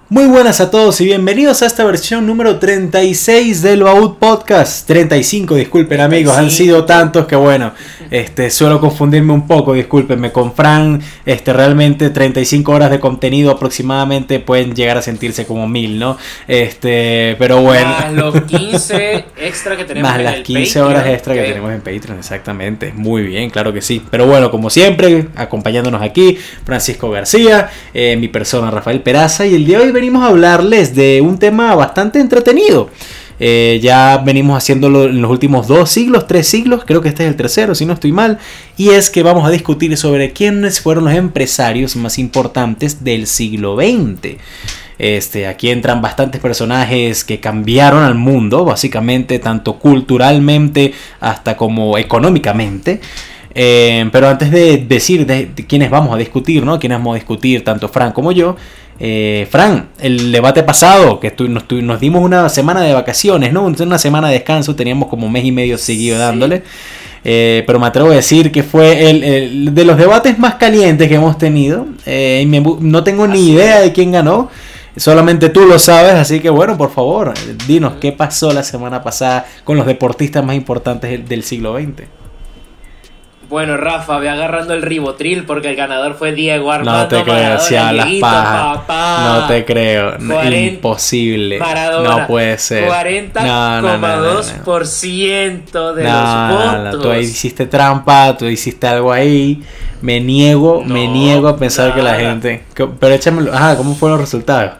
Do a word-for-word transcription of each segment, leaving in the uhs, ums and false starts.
Muy buenas a todos y bienvenidos a esta versión número treinta y seis del Baúl Podcast. treinta y cinco, disculpen amigos, han sido tantos que bueno, este, suelo confundirme un poco, discúlpenme. Con Fran, este, realmente treinta y cinco horas de contenido aproximadamente pueden llegar a sentirse como mil, ¿no? Este, pero bueno. Más los quince extra que tenemos Más en las el quince Patreon, horas extra que ¿qué? tenemos en Patreon, exactamente. Muy bien, claro que sí. Pero bueno, como siempre, acompañándonos aquí, Francisco García, eh, mi persona Rafael Peraza, y el día de hoy venimos a hablarles de un tema bastante entretenido. Eh, ya venimos haciéndolo en los últimos dos siglos, tres siglos, creo que este es el tercero, si no estoy mal, y es que vamos a discutir sobre quiénes fueron los empresarios más importantes del siglo veinte. Este, aquí entran bastantes personajes que cambiaron al mundo, básicamente, tanto culturalmente hasta como económicamente. Eh, pero antes de decir de, de quiénes vamos a discutir, ¿no? Quiénes vamos a discutir, tanto Fran como yo. Eh, Fran, el debate pasado, que estu- nos, tu- nos dimos una semana de vacaciones, ¿no? Una semana de descanso, teníamos como un mes y medio seguido Sí. dándole. Eh, pero me atrevo a decir que fue el, el de los debates más calientes que hemos tenido. Eh, y me, no tengo ni Así idea es. de quién ganó. Solamente tú lo sabes, así que bueno, por favor, dinos qué pasó la semana pasada con los deportistas más importantes del, del siglo veinte. Bueno, Rafa, ve agarrando el ribotril porque el ganador fue Diego Armando No te creo, Maradona, si hablas Dieguito, paja. papá. No te creo, no, cuarenta imposible. Maradona, No puede ser. cuarenta coma dos por ciento de No, los no, votos. no, tú ahí hiciste trampa, tú hiciste algo ahí. Me niego, No, me niego a pensar que la nada. gente. Pero échamelo. Ajá, ¿cómo fueron los resultados?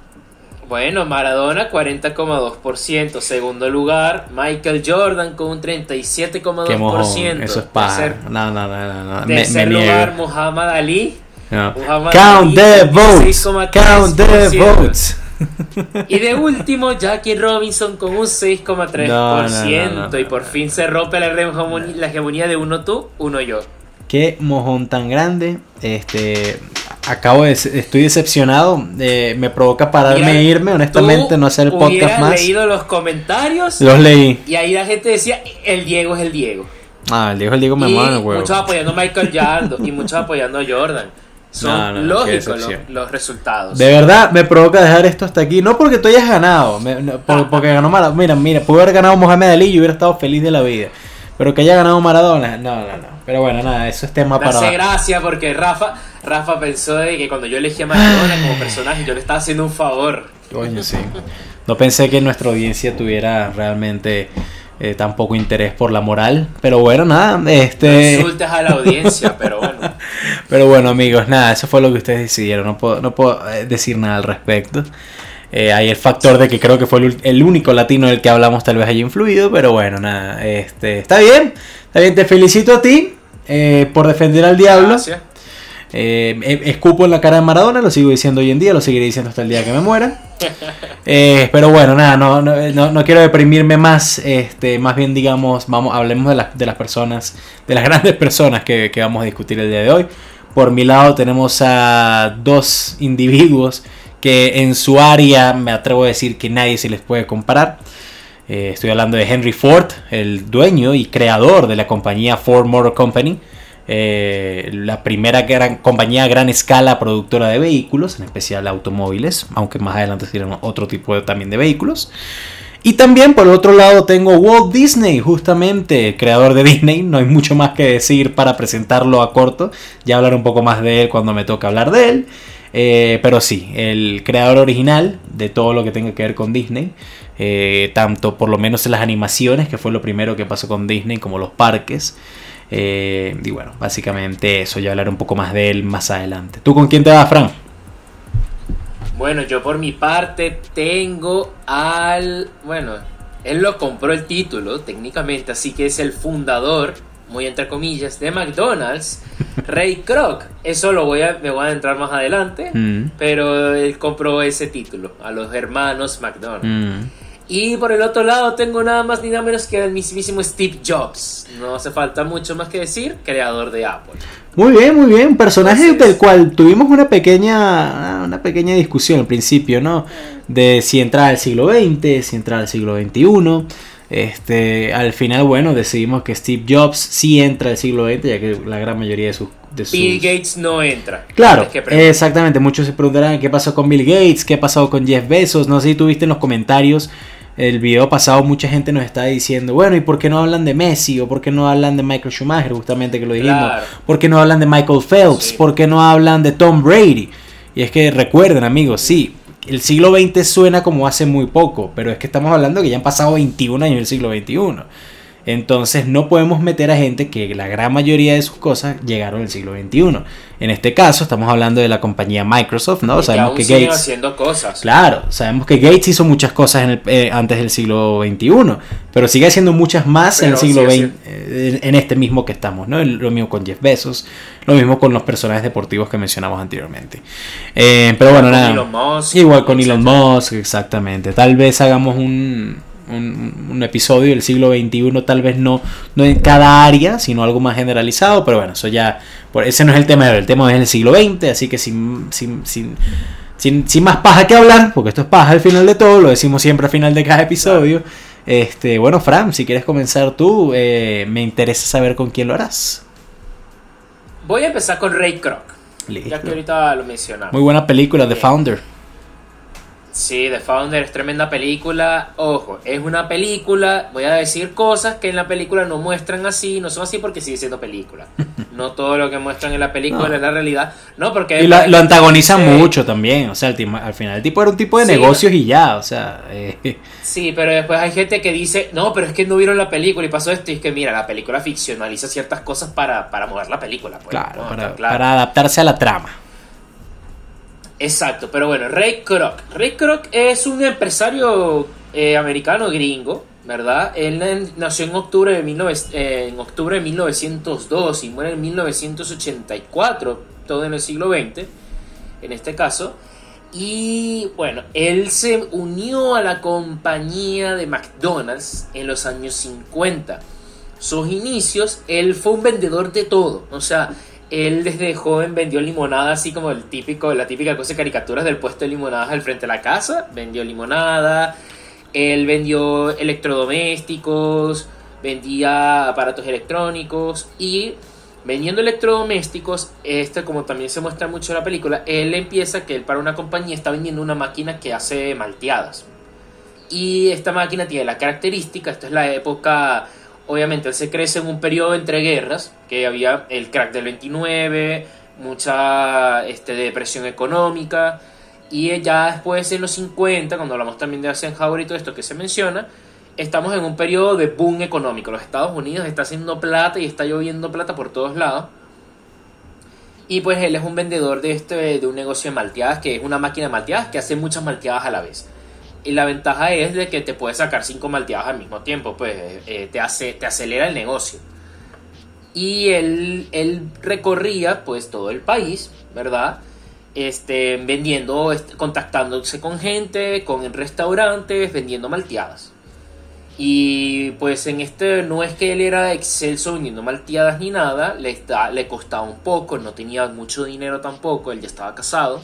Bueno, Maradona cuarenta coma dos por ciento. Segundo lugar, Michael Jordan con un treinta y siete coma dos Qué por mojón, ciento. eso es paja. Tercer, No, no, no, no, no. Me, tercer me lugar, niego. Muhammad Ali. No. Muhammad Count Ali, the votes. dieciséis coma tres Count por the ciento. votes. Y de último, Jackie Robinson con un seis coma tres por ciento. No, no, no, no, y por no. fin se rompe la hegemonía, la hegemonía de uno tú, uno yo. Qué mojón tan grande. Este, acabo de, estoy decepcionado. Eh, me provoca pararme Mira, e irme, honestamente, tú no hacer el podcast hubieras más. leído los comentarios Los leí. y ahí la gente decía, el Diego es el Diego. Ah, el Diego, el Diego me y manda el huevo. muchos apoyando a Michael Jordan y muchos apoyando a Jordan. Son No, no, no, qué lógicos los, decepción. los resultados. De verdad me provoca dejar esto hasta aquí. No porque tú hayas ganado, me- no, por- porque ganó Maradona. Mira, mira, pudo haber ganado Mohamed Ali y hubiera estado feliz de la vida. Pero que haya ganado Maradona, no, no, no. Pero bueno, nada, eso es tema Me para. hace gracia porque Rafa, Rafa pensó de que cuando yo elegí a Maradona como personaje, yo le estaba haciendo un favor. Coño, sí. No pensé que nuestra audiencia tuviera realmente eh, tan poco interés por la moral. Pero bueno, nada, No este. insultes a la audiencia, pero bueno. Pero bueno, amigos, nada, eso fue lo que ustedes decidieron. No puedo, no puedo eh, decir nada al respecto. Eh, hay el factor de que creo que fue el, ul- el único latino del que hablamos, tal vez haya influido. Pero bueno, nada, este, está bien. Está bien, te felicito a ti eh, por defender al diablo. Gracias. Eh, eh, escupo en la cara de Maradona, lo sigo diciendo hoy en día, lo seguiré diciendo hasta el día que me muera. Eh, pero bueno, nada, no, no, no, no quiero deprimirme más. Este, más bien, digamos, vamos, hablemos de, las de las personas, de las grandes personas que, que vamos a discutir el día de hoy. Por mi lado tenemos a dos individuos que en su área me atrevo a decir que nadie se les puede comparar. Eh, estoy hablando de Henry Ford, el dueño y creador de la compañía Ford Motor Company. Eh, la primera gran compañía a gran escala productora de vehículos, en especial automóviles, aunque más adelante serán otro tipo de, también de vehículos. Y también por el otro lado tengo Walt Disney, justamente creador de Disney. No hay mucho más que decir para presentarlo a corto. Ya hablaré un poco más de él cuando me toque hablar de él. Eh, pero sí, el creador original de todo lo que tenga que ver con Disney. Eh, tanto por lo menos en las animaciones, que fue lo primero que pasó con Disney, como los parques. Eh, y bueno, básicamente eso, ya hablaré un poco más de él más adelante. ¿Tú con quién te vas, Fran? Bueno, yo por mi parte tengo al... Bueno, él lo compró el título técnicamente, así que es el fundador, muy entre comillas, de McDonald's, Ray Kroc. Eso lo voy a, me voy a adentrar más adelante, Mm. pero él compró ese título a los hermanos McDonald's. Mm. Y por el otro lado tengo nada más ni nada menos que al mismísimo Steve Jobs. No hace falta mucho más que decir, creador de Apple. Muy bien, muy bien. Un personaje Entonces- del cual tuvimos una pequeña una pequeña discusión al principio, ¿no? De si entrar al siglo veinte, si entrar al siglo veintiuno. Este, al final, bueno, decidimos que Steve Jobs sí entra al siglo veinte, ya que la gran mayoría de sus de sus... Bill Gates no entra. Claro, exactamente. Muchos se preguntarán qué pasó con Bill Gates, qué ha pasado con Jeff Bezos. No sé si tuviste en los comentarios el video pasado, mucha gente nos está diciendo, bueno, ¿y por qué no hablan de Messi? ¿O por qué no hablan de Michael Schumacher? Justamente que lo dijimos. Claro. ¿Por qué no hablan de Michael Phelps? Sí. ¿Por qué no hablan de Tom Brady? Y es que recuerden, amigos, sí, el siglo veinte suena como hace muy poco, pero es que estamos hablando que ya han pasado veintiún años del siglo veintiuno. Entonces no podemos meter a gente que la gran mayoría de sus cosas llegaron al siglo veintiuno. En este caso estamos hablando de la compañía Microsoft, ¿no? Y sabemos que, que aún Gates haciendo cosas. Claro, sabemos que Gates hizo muchas cosas en el, eh, antes del siglo veintiuno, pero sigue haciendo muchas más pero en el siglo veinte, eh, en este mismo que estamos, ¿no? Lo mismo con Jeff Bezos, lo mismo con los personajes deportivos que mencionamos anteriormente. Eh, pero bueno, nada. Elon Musk, igual con Elon Musk, exactamente. Tal vez hagamos un Un, un episodio del siglo veintiuno, tal vez no, no en cada área, sino algo más generalizado, pero bueno, eso ya, por, ese no es el tema de hoy, el tema es el siglo veinte, así que sin, sin, sin, sin, sin más paja que hablar, porque esto es paja al final de todo, lo decimos siempre al final de cada episodio. Este, bueno, Fran, si quieres comenzar tú, eh, me interesa saber con quién lo harás. Voy a empezar con Ray Kroc, Listo. Ya que ahorita lo mencionamos. Muy buena película, The Bien. Founder. Sí, The Founder es tremenda película. Ojo, es una película. Voy a decir cosas que en la película no muestran así. No son así porque sigue siendo película. No todo lo que muestran en la película no. es la realidad. No, porque. Y lo, lo antagonizan dice, mucho también. O sea, el tipo, al final el tipo era un tipo de sí, negocios y ya. O sea. Eh. Sí, pero después hay gente que dice, no, pero es que no vieron la película y pasó esto. Y es que mira, la película ficcionaliza ciertas cosas para, para mover la película. Pues, claro, ¿no? para, claro, para adaptarse a la trama. Exacto, pero bueno, Ray Kroc. Ray Kroc es un empresario eh, americano gringo, ¿verdad? Él nació en octubre de, mil novecientos, eh, en octubre de mil novecientos dos y muere en mil novecientos ochenta y cuatro, todo en el siglo veinte, en este caso. Y bueno, él se unió a la compañía de McDonald's en los años cincuenta. Sus inicios, él fue un vendedor de todo, o sea... Él desde joven vendió limonada, así como el típico, la típica cosa de caricaturas del puesto de limonadas al frente de la casa. Vendió limonada, él vendió electrodomésticos, vendía aparatos electrónicos y vendiendo electrodomésticos, este como también se muestra mucho en la película, él empieza que él para una compañía está vendiendo una máquina que hace malteadas. Y esta máquina tiene la característica, esta es la época... Obviamente él se crece en un periodo entre guerras, que había el crack del veintinueve, mucha este, depresión económica, y ya después en los cincuenta, cuando hablamos también de Eisenhower y todo esto que se menciona, estamos en un periodo de boom económico. Los Estados Unidos está haciendo plata y está lloviendo plata por todos lados. Y pues él es un vendedor de, este, de un negocio de malteadas, que es una máquina de malteadas que hace muchas malteadas a la vez. Y la ventaja es de que te puedes sacar cinco malteadas al mismo tiempo, pues eh, te, hace, te acelera el negocio. Y él, él recorría pues todo el país, ¿verdad? Este, vendiendo, este, contactándose con gente, con restaurantes, vendiendo malteadas. Y pues en este no es que él era excelso vendiendo malteadas ni nada, le, está, le costaba un poco, no tenía mucho dinero tampoco, él ya estaba casado.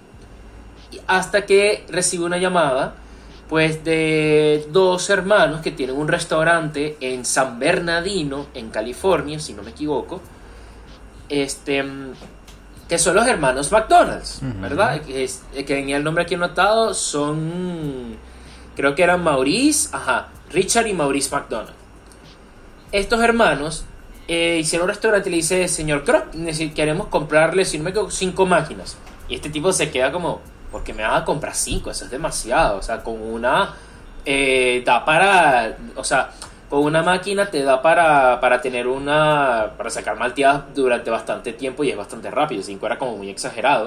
Y hasta que recibe una llamada pues de dos hermanos que tienen un restaurante en San Bernardino, en California, si no me equivoco, este, que son los hermanos McDonald's, uh-huh. ¿verdad? Que, es, que tenía el nombre aquí anotado, son, creo que eran Maurice, ajá, Richard y Maurice McDonald. Estos hermanos eh, hicieron un restaurante y le dice, señor Kroc, queremos comprarle, si no me equivoco, cinco máquinas. Y este tipo se queda como... porque me vas a comprar cinco, eso es demasiado. O sea, con una eh, da para, o sea, con una máquina te da para, para tener una, para sacar malteadas durante bastante tiempo y es bastante rápido. Cinco era como muy exagerado.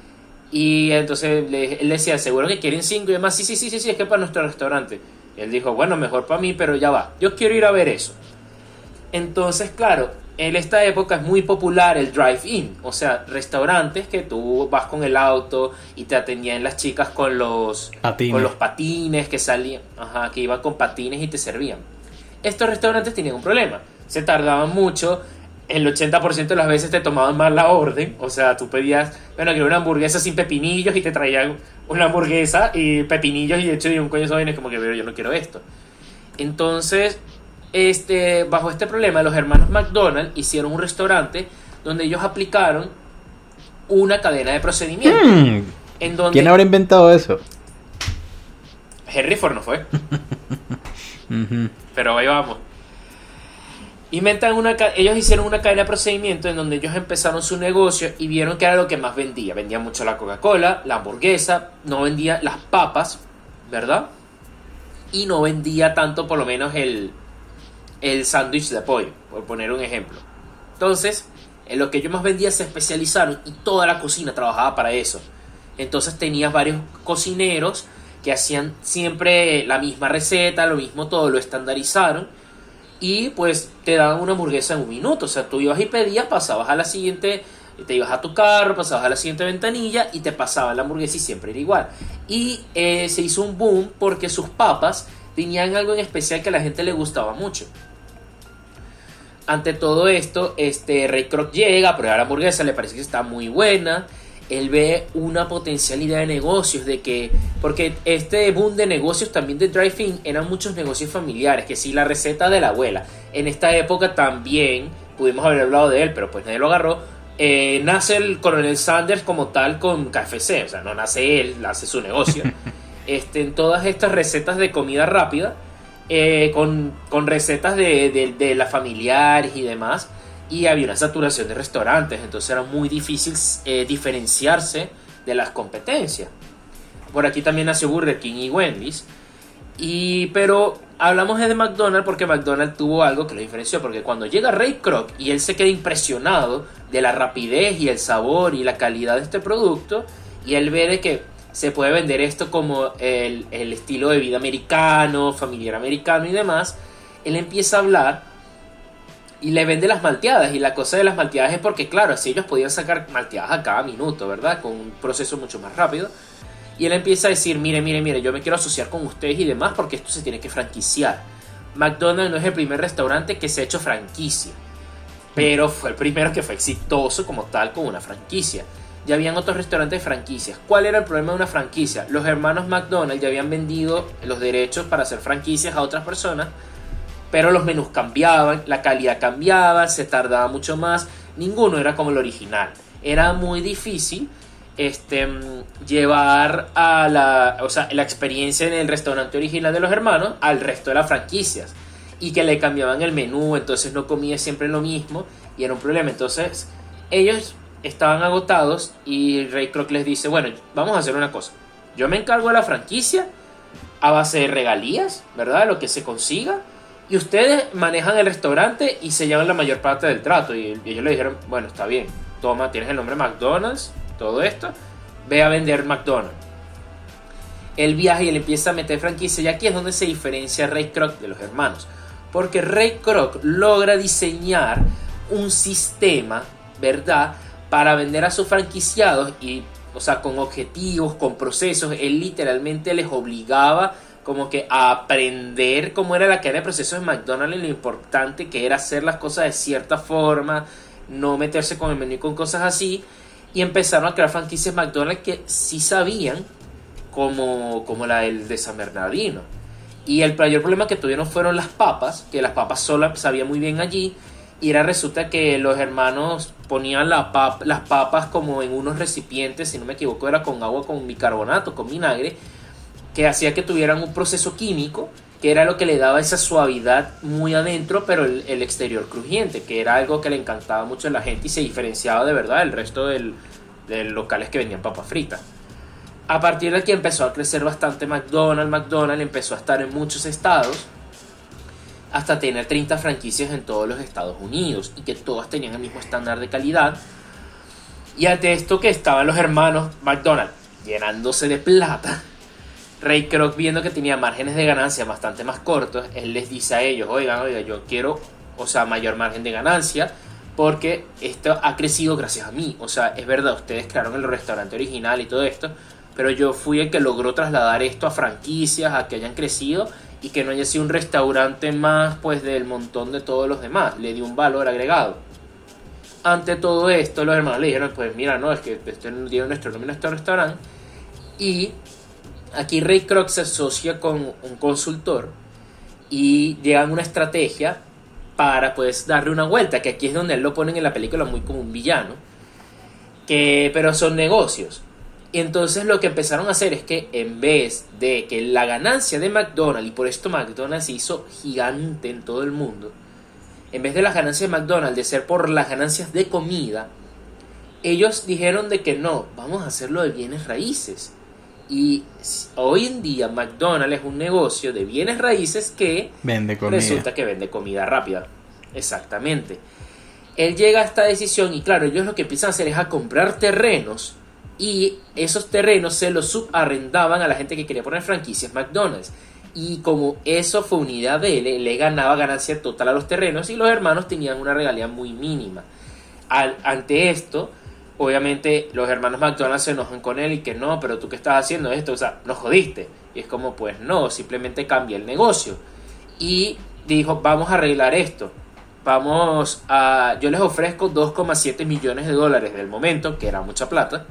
Y entonces le, él decía, seguro que quieren cinco y demás. Sí, sí, sí, sí, sí, es que para nuestro restaurante. Y él dijo, bueno, mejor para mí, pero ya va, yo quiero ir a ver eso. Entonces, claro, en esta época es muy popular el drive-in, o sea, restaurantes que tú vas con el auto y te atendían las chicas con los patines, con los patines que salían, ajá, que iban con patines y te servían. Estos restaurantes tenían un problema, se tardaban mucho, el ochenta por ciento de las veces te tomaban mal la orden, o sea, tú pedías, bueno, quiero una hamburguesa sin pepinillos y te traían una hamburguesa y pepinillos y de hecho y un coño de jóvenes como que, pero yo no quiero esto. Entonces... Este, bajo este problema, los hermanos McDonald hicieron un restaurante donde ellos aplicaron una cadena de procedimientos. Hmm. En donde ¿Quién habrá inventado eso? Henry Ford no fue. Uh-huh. Pero ahí vamos. Inventan una, ellos hicieron una cadena de procedimientos en donde ellos empezaron su negocio y vieron que era lo que más vendía. Vendían mucho la Coca-Cola, la hamburguesa, no vendía las papas, ¿verdad? Y no vendía tanto, por lo menos, el, el sándwich de pollo, por poner un ejemplo. Entonces, en lo que ellos más vendían se especializaron y toda la cocina trabajaba para eso. Entonces tenías varios cocineros que hacían siempre la misma receta, lo mismo todo, lo estandarizaron y pues te daban una hamburguesa en un minuto. O sea, tú ibas y pedías, pasabas a la siguiente, te ibas a tu carro, pasabas a la siguiente ventanilla y te pasaban la hamburguesa y siempre era igual. Y eh, se hizo un boom porque sus papas tenían algo en especial que a la gente le gustaba mucho. Ante todo esto, este Ray Kroc llega a probar la hamburguesa, le parece que está muy buena. Él ve una potencial idea de negocios, de que, porque este boom de negocios también de drive-in eran muchos negocios familiares, que sí, la receta de la abuela. En esta época también, pudimos haber hablado de él, pero pues nadie lo agarró. Eh, nace el Coronel Sanders como tal con K F C, o sea, no nace él, hace su negocio. Este, en todas estas recetas de comida rápida, eh, con, con recetas de, de, de las familiares y demás. Y había una saturación de restaurantes, entonces era muy difícil eh, diferenciarse de las competencias. Por aquí también nació Burger King y Wendy's. Y, pero hablamos de McDonald's porque McDonald's tuvo algo que lo diferenció. Porque cuando llega Ray Kroc y él se queda impresionado de la rapidez y el sabor y la calidad de este producto, y él ve de que se puede vender esto como el, el estilo de vida americano, familiar americano y demás, él empieza a hablar y le vende las malteadas. Y la cosa de las malteadas es porque, claro, así ellos podían sacar malteadas a cada minuto, ¿verdad? Con un proceso mucho más rápido. Y él empieza a decir, mire, mire, mire, yo me quiero asociar con ustedes y demás porque esto se tiene que franquiciar. McDonald's no es el primer restaurante que se ha hecho franquicia, pero fue el primero que fue exitoso como tal con una franquicia. Ya habían otros restaurantes de franquicias. ¿Cuál era el problema de una franquicia? Los hermanos McDonald's ya habían vendido los derechos para hacer franquicias a otras personas, pero los menús cambiaban, la calidad cambiaba, se tardaba mucho más, ninguno era como el original. Era muy difícil este, llevar a la, o sea, la experiencia en el restaurante original de los hermanos al resto de las franquicias, y que le cambiaban el menú, entonces no comía siempre lo mismo y era un problema. Entonces ellos estaban agotados y Ray Kroc les dice, bueno, vamos a hacer una cosa, yo me encargo de la franquicia a base de regalías, ¿verdad? Lo que se consiga, y ustedes manejan el restaurante y se llevan la mayor parte del trato. Y ellos le dijeron, bueno, está bien, toma, tienes el nombre McDonald's, todo esto, ve a vender McDonald's. Él viaja y él empieza a meter franquicia, y aquí es donde se diferencia Ray Kroc de los hermanos, porque Ray Kroc logra diseñar un sistema, ¿verdad?, para vender a sus franquiciados, y, o sea, con objetivos, con procesos. Él literalmente les obligaba como que a aprender cómo era la cadena de procesos de McDonald's y lo importante que era hacer las cosas de cierta forma, no meterse con el menú y con cosas así. Y empezaron a crear franquicias McDonald's que sí sabían, como, como la del de San Bernardino. Y el mayor problema que tuvieron fueron las papas, que las papas solas sabían muy bien allí. Y era, resulta que los hermanos ponían la pap, las papas como en unos recipientes, si no me equivoco era con agua, con bicarbonato, con vinagre, que hacía que tuvieran un proceso químico, que era lo que le daba esa suavidad muy adentro, pero el, el exterior crujiente, que era algo que le encantaba mucho a la gente y se diferenciaba de verdad del resto del, de locales que vendían papas fritas. A partir de aquí empezó a crecer bastante McDonald's, McDonald's empezó a estar en muchos estados, hasta tener treinta franquicias en todos los Estados Unidos, y que todas tenían el mismo estándar de calidad. Y ante esto que estaban los hermanos McDonald's llenándose de plata, Ray Kroc, viendo que tenía márgenes de ganancia bastante más cortos, él les dice a ellos, oigan, oigan, yo quiero, o sea, mayor margen de ganancia, porque esto ha crecido gracias a mí. O sea, es verdad, ustedes crearon el restaurante original y todo esto, pero yo fui el que logró trasladar esto a franquicias, a que hayan crecido y que no haya sido un restaurante más, pues, del montón de todos los demás. Le dio un valor agregado. Ante todo esto, los hermanos le dijeron, pues mira, no, es que este dio nuestro nombre a nuestro restaurante. Y aquí Ray Kroc se asocia con un consultor y llegan a una estrategia para pues darle una vuelta, que aquí es donde él lo ponen en la película muy como un villano, que, pero son negocios. Y entonces lo que empezaron a hacer es que en vez de que la ganancia de McDonald's, y por esto McDonald's se hizo gigante en todo el mundo, en vez de las ganancias de McDonald's de ser por las ganancias de comida, ellos dijeron de que no, vamos a hacerlo de bienes raíces. Y hoy en día McDonald's es un negocio de bienes raíces que vende comida. Resulta que vende comida rápida. Exactamente. Él llega a esta decisión y claro, ellos lo que empiezan a hacer es a comprar terrenos y esos terrenos se los subarrendaban a la gente que quería poner franquicias McDonald's. Y como eso fue una idea de él, le ganaba ganancia total a los terrenos y los hermanos tenían una regalía muy mínima. Al, ante esto, obviamente los hermanos McDonald's se enojan con él y que no, pero tú qué estás haciendo esto, o sea, nos jodiste. Y es como, pues no, simplemente cambia el negocio. Y dijo, vamos a arreglar esto. Vamos a, yo les ofrezco dos coma siete millones de dólares del momento, que era mucha plata,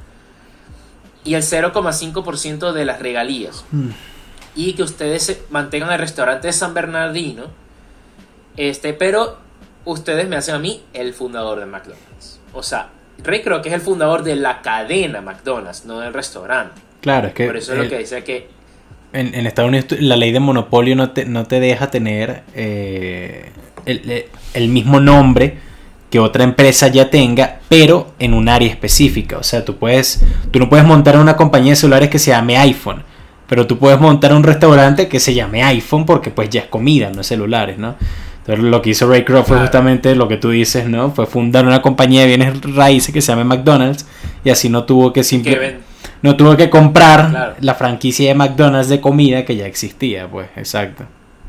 y el cero coma cinco por ciento de las regalías. Mm. Y que ustedes se mantengan el restaurante de San Bernardino, este, pero ustedes me hacen a mí el fundador de McDonald's. O sea, Ray Kroc es el fundador de la cadena McDonald's, no del restaurante. Claro, es que por eso el, es lo que dice que en, en Estados Unidos la ley de monopolio no te, no te deja tener eh, el, el mismo nombre que otra empresa ya tenga, pero en un área específica. O sea, tú puedes, tú no puedes montar una compañía de celulares que se llame iPhone, pero tú puedes montar un restaurante que se llame iPhone porque pues ya es comida, no es celulares, ¿no? Entonces lo que hizo Ray Kroc fue justamente lo que tú dices, ¿no? Fue fundar una compañía de bienes raíces que se llame McDonald's y así no tuvo que simple, no tuvo que comprar claro. la franquicia de McDonald's de comida que ya existía, pues, exacto.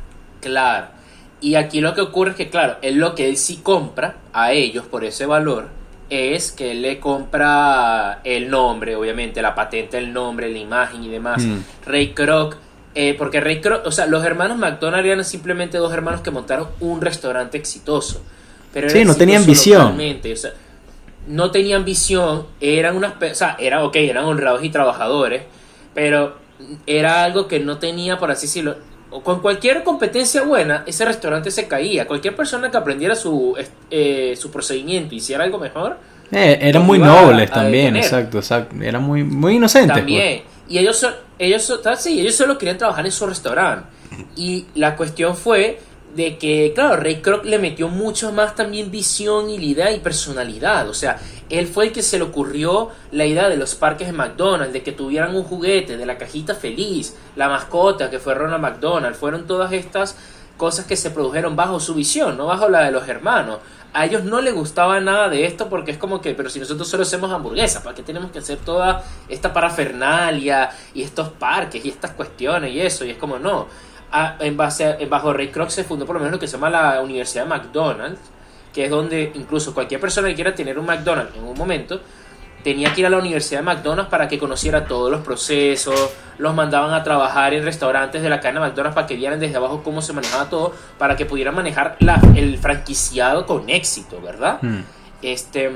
Claro. Y aquí lo que ocurre es que, claro, él lo que él sí compra a ellos por ese valor es que él le compra el nombre, obviamente, la patente del nombre, la imagen y demás. Mm. Ray Kroc, eh, porque Ray Kroc, o sea, los hermanos McDonald eran simplemente dos hermanos que montaron un restaurante exitoso. Pero sí, no tenían visión. O sea, no tenían visión, eran unas, o sea, eran, ok, eran honrados y trabajadores, pero era algo que no tenía, por así decirlo. Con cualquier competencia buena, ese restaurante se caía. Cualquier persona que aprendiera su, eh, su procedimiento y hiciera algo mejor. Eh, eran muy nobles también, exacto, exacto. Eran muy, muy inocentes. También. Pues. Y ellos, ellos, sí, ellos solo querían trabajar en su restaurante. Y la cuestión fue de que, claro, Ray Kroc le metió mucho más también visión y idea y personalidad. O sea, él fue el que se le ocurrió la idea de los parques de McDonald's, de que tuvieran un juguete, de la cajita feliz, la mascota que fue Ronald McDonald. Fueron todas estas cosas que se produjeron bajo su visión, no bajo la de los hermanos. A ellos no les gustaba nada de esto porque es como que, pero si nosotros solo hacemos hamburguesas, ¿para qué tenemos que hacer toda esta parafernalia y estos parques y estas cuestiones y eso? Y es como, no. A, en base a, bajo Ray Kroc se fundó por lo menos lo que se llama la Universidad de McDonald's, que es donde incluso cualquier persona que quiera tener un McDonald's en un momento tenía que ir a la Universidad de McDonald's para que conociera todos los procesos. Los mandaban a trabajar en restaurantes de la cadena McDonald's para que vieran desde abajo cómo se manejaba todo, para que pudieran manejar la, el franquiciado con éxito, ¿verdad? Mm. Este,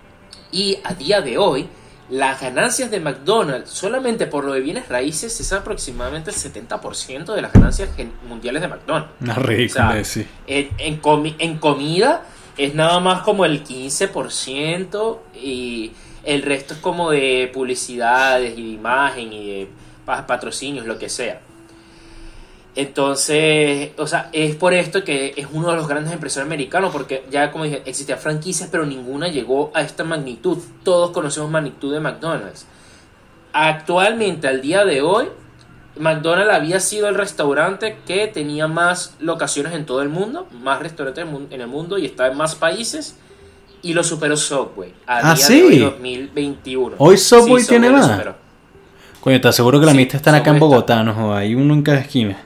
y a día de hoy las ganancias de McDonald's solamente por lo de bienes raíces es aproximadamente el setenta por ciento de las ganancias mundiales de McDonald's. Una ridícula, o sea, sí. En, en, comi en comida es nada más como el quince por ciento y el resto es como de publicidades y de imagen y de patrocinios, lo que sea. Entonces, o sea, es por esto que es uno de los grandes empresarios americanos, porque ya como dije, existían franquicias, pero ninguna llegó a esta magnitud. Todos conocemos magnitud de McDonald's. Actualmente, al día de hoy, McDonald's había sido el restaurante que tenía más locaciones en todo el mundo, más restaurantes en el mundo y está en más países, y lo superó Subway a ¿Ah, día sí? de hoy, dos mil veintiuno. Hoy Subway sí, tiene Subway más. Coño, ¿estás seguro que la sí, mitad están acá en Subway Bogotá? está... No jodas, hay uno en cada esquina.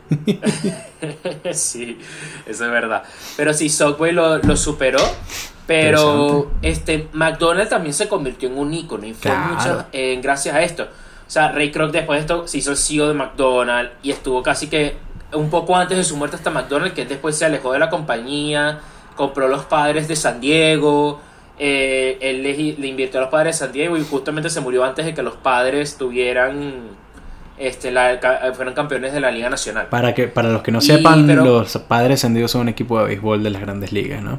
Sí, eso es verdad. Pero sí, Subway lo, lo superó. Pero este McDonald's también se convirtió en un ícono y fue Claro. mucho eh, gracias a esto. O sea, Ray Kroc después de esto se hizo el C E O de McDonald's y estuvo casi que un poco antes de su muerte hasta McDonald's, que después se alejó de la compañía, compró los padres de San Diego, eh, él le, le invirtió a los padres de San Diego y justamente se murió antes de que los padres tuvieran este, la, fueron campeones de la Liga Nacional. Para que para los que no Y, sepan, pero- los Padres Encendidos son un equipo de béisbol de las Grandes Ligas, ¿no?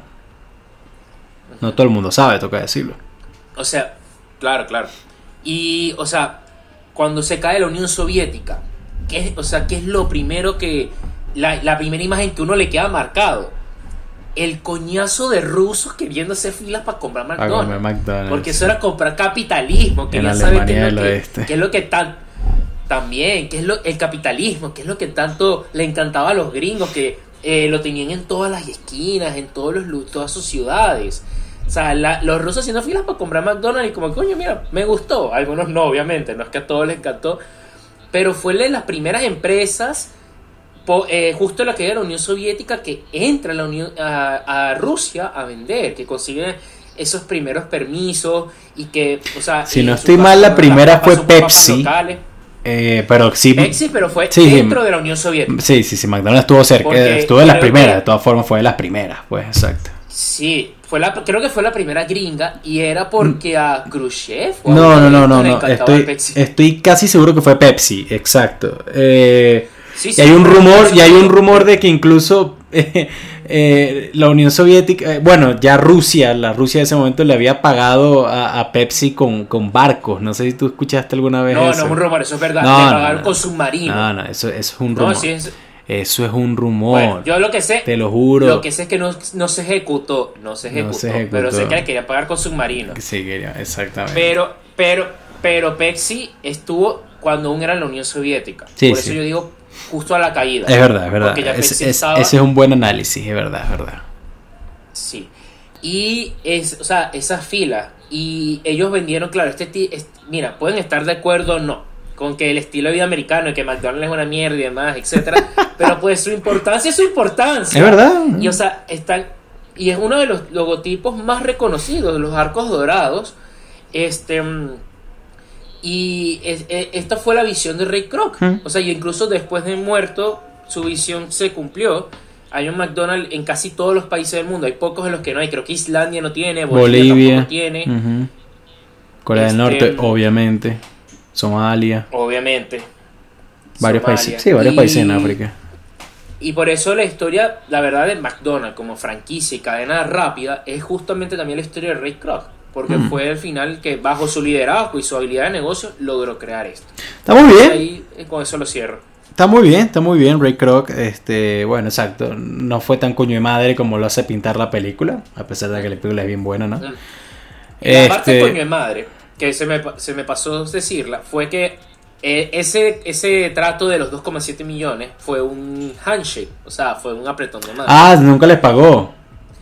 No todo el mundo sabe, toca decirlo. O sea, claro, claro. Y, o sea, cuando se cae la Unión Soviética, ¿qué es, o sea, ¿qué es lo primero que... La, la primera imagen que uno le queda marcado? El coñazo de rusos queriendo hacer filas para comprar A McDonald's. comer McDonald's. Porque eso era comprar capitalismo. Que En ya sabe qué Alemania es lo del que, Oeste. qué es lo que tan... También, que es lo, el capitalismo, que es lo que tanto le encantaba a los gringos, que eh, lo tenían en todas las esquinas, en todos los, lu- todas sus ciudades. O sea, la- los rusos haciendo filas para comprar McDonald's y como, coño, mira, me gustó. Algunos no, obviamente, no es que a todos les encantó. Pero fue de las primeras empresas, po- eh, justo en la que era la Unión Soviética, que entra a, la Unión, a, a Rusia a vender, que consigue esos primeros permisos y que, o sea... Si y no en su estoy caso, mal, la las primera papas fue son papas Pepsi. locales. Eh, pero sí. Pepsi, pero fue Sí, sí. dentro de la Unión Soviética. Sí, sí, sí, McDonald's estuvo cerca. Porque Estuvo de las creo primeras, que- de todas formas fue de las primeras, pues, exacto. Sí, fue la, creo que fue la primera gringa y era porque a Khrushchev o a No, uno no, de no, estos no, le no. encantaba el Estoy, Pepsi. estoy casi seguro que fue Pepsi, exacto. Eh, Sí, y sí, hay un pero rumor, Pepsi y hay un no- rumor de que incluso eh, eh, la Unión Soviética, eh, bueno, ya Rusia, la Rusia de ese momento le había pagado a, a Pepsi con, con barcos. No sé si tú escuchaste alguna vez No, eso. no es un rumor, eso es verdad. No, Le no, pagaron no. con submarino. No, no, eso, eso es un No, rumor. sí es- Eso es un rumor. Bueno, yo lo que sé, Te lo juro. lo que sé es que no, no se ejecutó, no se No ejecutó, se ejecutó. pero sé que le quería pagar con submarino. Sí, quería, exactamente. Pero, pero, pero Pepsi estuvo cuando aún era la Unión Soviética. Sí, Por sí. eso yo digo justo a la caída. Es verdad, es verdad. Porque ya Es- Pepsi es- estaba- ese es un buen análisis, es verdad, es verdad. Sí. Y es, o sea, esas filas. Y ellos vendieron, claro, este, ti- es- mira, pueden estar de acuerdo o no con que el estilo de vida americano y que McDonald's es una mierda y demás, etcétera. Pero pues su importancia es su importancia. Es verdad. Y o sea, están. Y es uno de los logotipos más reconocidos, de los arcos dorados. Este. mm, Y es- e- esta fue la visión de Ray Kroc. Mm. O sea, y incluso después de muerto, su visión se cumplió. Hay un McDonald's en casi todos los países del mundo. Hay pocos en los que no hay. Creo que Islandia no tiene, Bolivia, Bolivia. tampoco tiene. Ujú. Corea del Este, Norte, obviamente. Somalia. Obviamente. Varios Somalia. países. Sí, varios Y- países en África. Y por eso la historia, la verdad, de McDonald's como franquicia y cadena rápida es justamente también la historia de Ray Kroc. Porque Mm. fue al final que bajo su liderazgo y su habilidad de negocio logró crear esto. Está muy Y bien. ahí eh, con eso lo cierro. Está muy bien, está muy bien. Ray Kroc, este, bueno, exacto. No fue tan coño de madre como lo hace pintar la película. A pesar de que la película es bien buena, ¿no? Mm. Y la parte Este- coño de madre, que se me, pa- se me pasó decirla, fue que eh, ese, ese trato de los dos coma siete millones fue un handshake, o sea, fue un apretón de mano. Ah, nunca les pagó.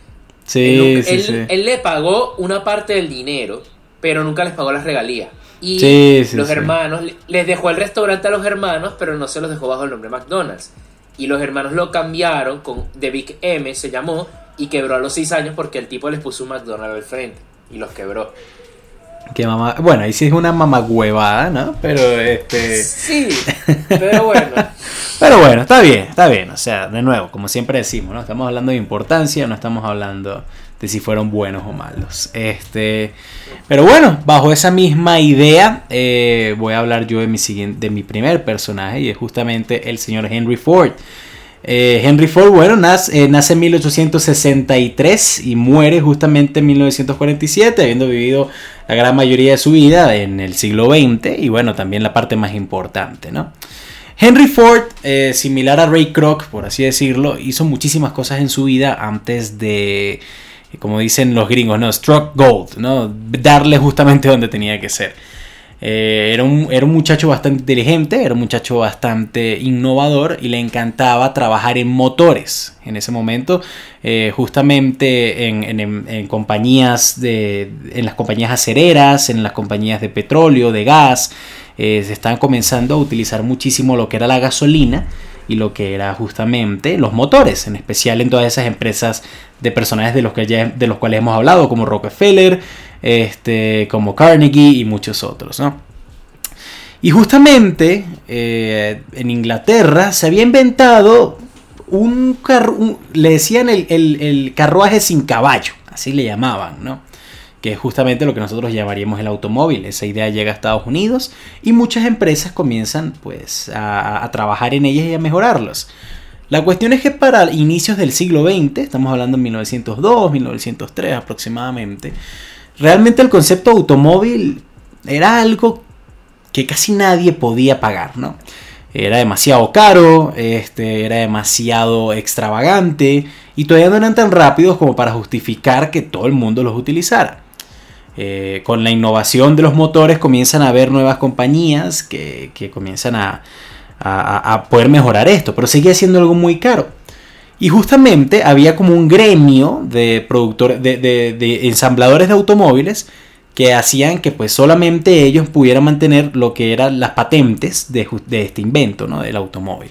Sí, él, sí, él- sí. él le pagó una parte del dinero, pero nunca les pagó las regalías. Y Sí, sí, los sí. hermanos, le- les dejó el restaurante a los hermanos, pero no se los dejó bajo el nombre McDonald's. Y los hermanos lo cambiaron con The Big M, se llamó, y quebró a los seis años porque el tipo les puso un McDonald's al frente y los quebró. Que mamá, bueno, ahí sí es una mamagüevada, ¿no? Pero este, Sí, pero bueno. pero bueno, está bien, está bien. O sea, de nuevo, como siempre decimos, ¿no? Estamos hablando de importancia, no estamos hablando de si fueron buenos o malos. Este, pero bueno, bajo esa misma idea, eh, voy a hablar yo de mi siguiente, de mi primer personaje y es justamente el señor Henry Ford. Eh, Henry Ford, bueno, nace, eh, nace en mil ochocientos sesenta y tres y muere justamente en mil novecientos cuarenta y siete, habiendo vivido la gran mayoría de su vida en el siglo veinte y bueno, también la parte más importante, ¿no? Henry Ford, eh, similar a Ray Kroc, por así decirlo, hizo muchísimas cosas en su vida antes de, como dicen los gringos, ¿no? Struck gold, ¿no? Darle justamente donde tenía que ser. Eh, era, un, era un muchacho bastante inteligente, era un muchacho bastante innovador y le encantaba trabajar en motores. En ese momento, eh, justamente en, en, en compañías de, en las compañías acereras, en las compañías de petróleo, de gas, eh, se estaban comenzando a utilizar muchísimo lo que era la gasolina y lo que era justamente los motores, en especial en todas esas empresas de personajes de los, que ya, de los cuales hemos hablado, como Rockefeller, este, como Carnegie y muchos otros, ¿no? Y justamente eh, en Inglaterra se había inventado un carro, un, le decían el, el, el carruaje sin caballo, así le llamaban, ¿no? que es justamente lo que nosotros llamaríamos el automóvil. Esa idea llega a Estados Unidos y muchas empresas comienzan pues a, a trabajar en ellas y a mejorarlos. La cuestión es que para inicios del siglo veinte, estamos hablando en mil novecientos dos, mil novecientos tres aproximadamente, realmente el concepto automóvil era algo que casi nadie podía pagar, ¿no? Era demasiado caro, este, era demasiado extravagante y todavía no eran tan rápidos como para justificar que todo el mundo los utilizara. Eh, con la innovación de los motores comienzan a haber nuevas compañías que, que comienzan a, a, a poder mejorar esto, pero seguía siendo algo muy caro. Y justamente había como un gremio de productores, de, de, de ensambladores de automóviles que hacían que pues solamente ellos pudieran mantener lo que eran las patentes de, de este invento, ¿no? Del automóvil.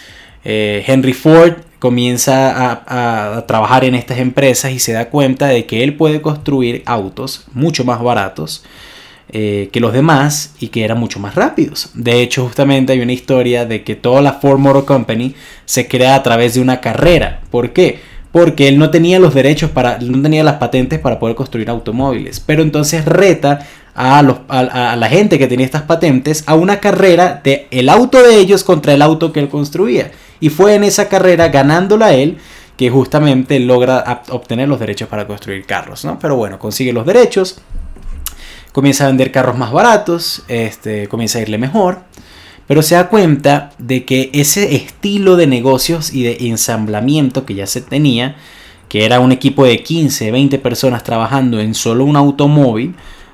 Eh, Henry Ford comienza a, a, a trabajar en estas empresas y se da cuenta de que él puede construir autos mucho más baratos eh, que los demás y que eran mucho más rápidos. De hecho, justamente hay una historia de que toda la Ford Motor Company se crea a través de una carrera. ¿Por qué? Porque él no tenía los derechos, para, no tenía las patentes para poder construir automóviles. Pero entonces reta a, los, a, a la gente que tenía estas patentes a una carrera de el auto de ellos contra el auto que él construía. Y fue en esa carrera, ganándola él, que justamente logra obtener los derechos para construir carros, ¿no? Pero bueno, consigue los derechos, comienza a vender carros más baratos, este, comienza a irle mejor. Pero se da cuenta de que ese estilo de negocios y de ensamblamiento que ya se tenía, que era un equipo de quince, veinte personas trabajando en solo un automóvil,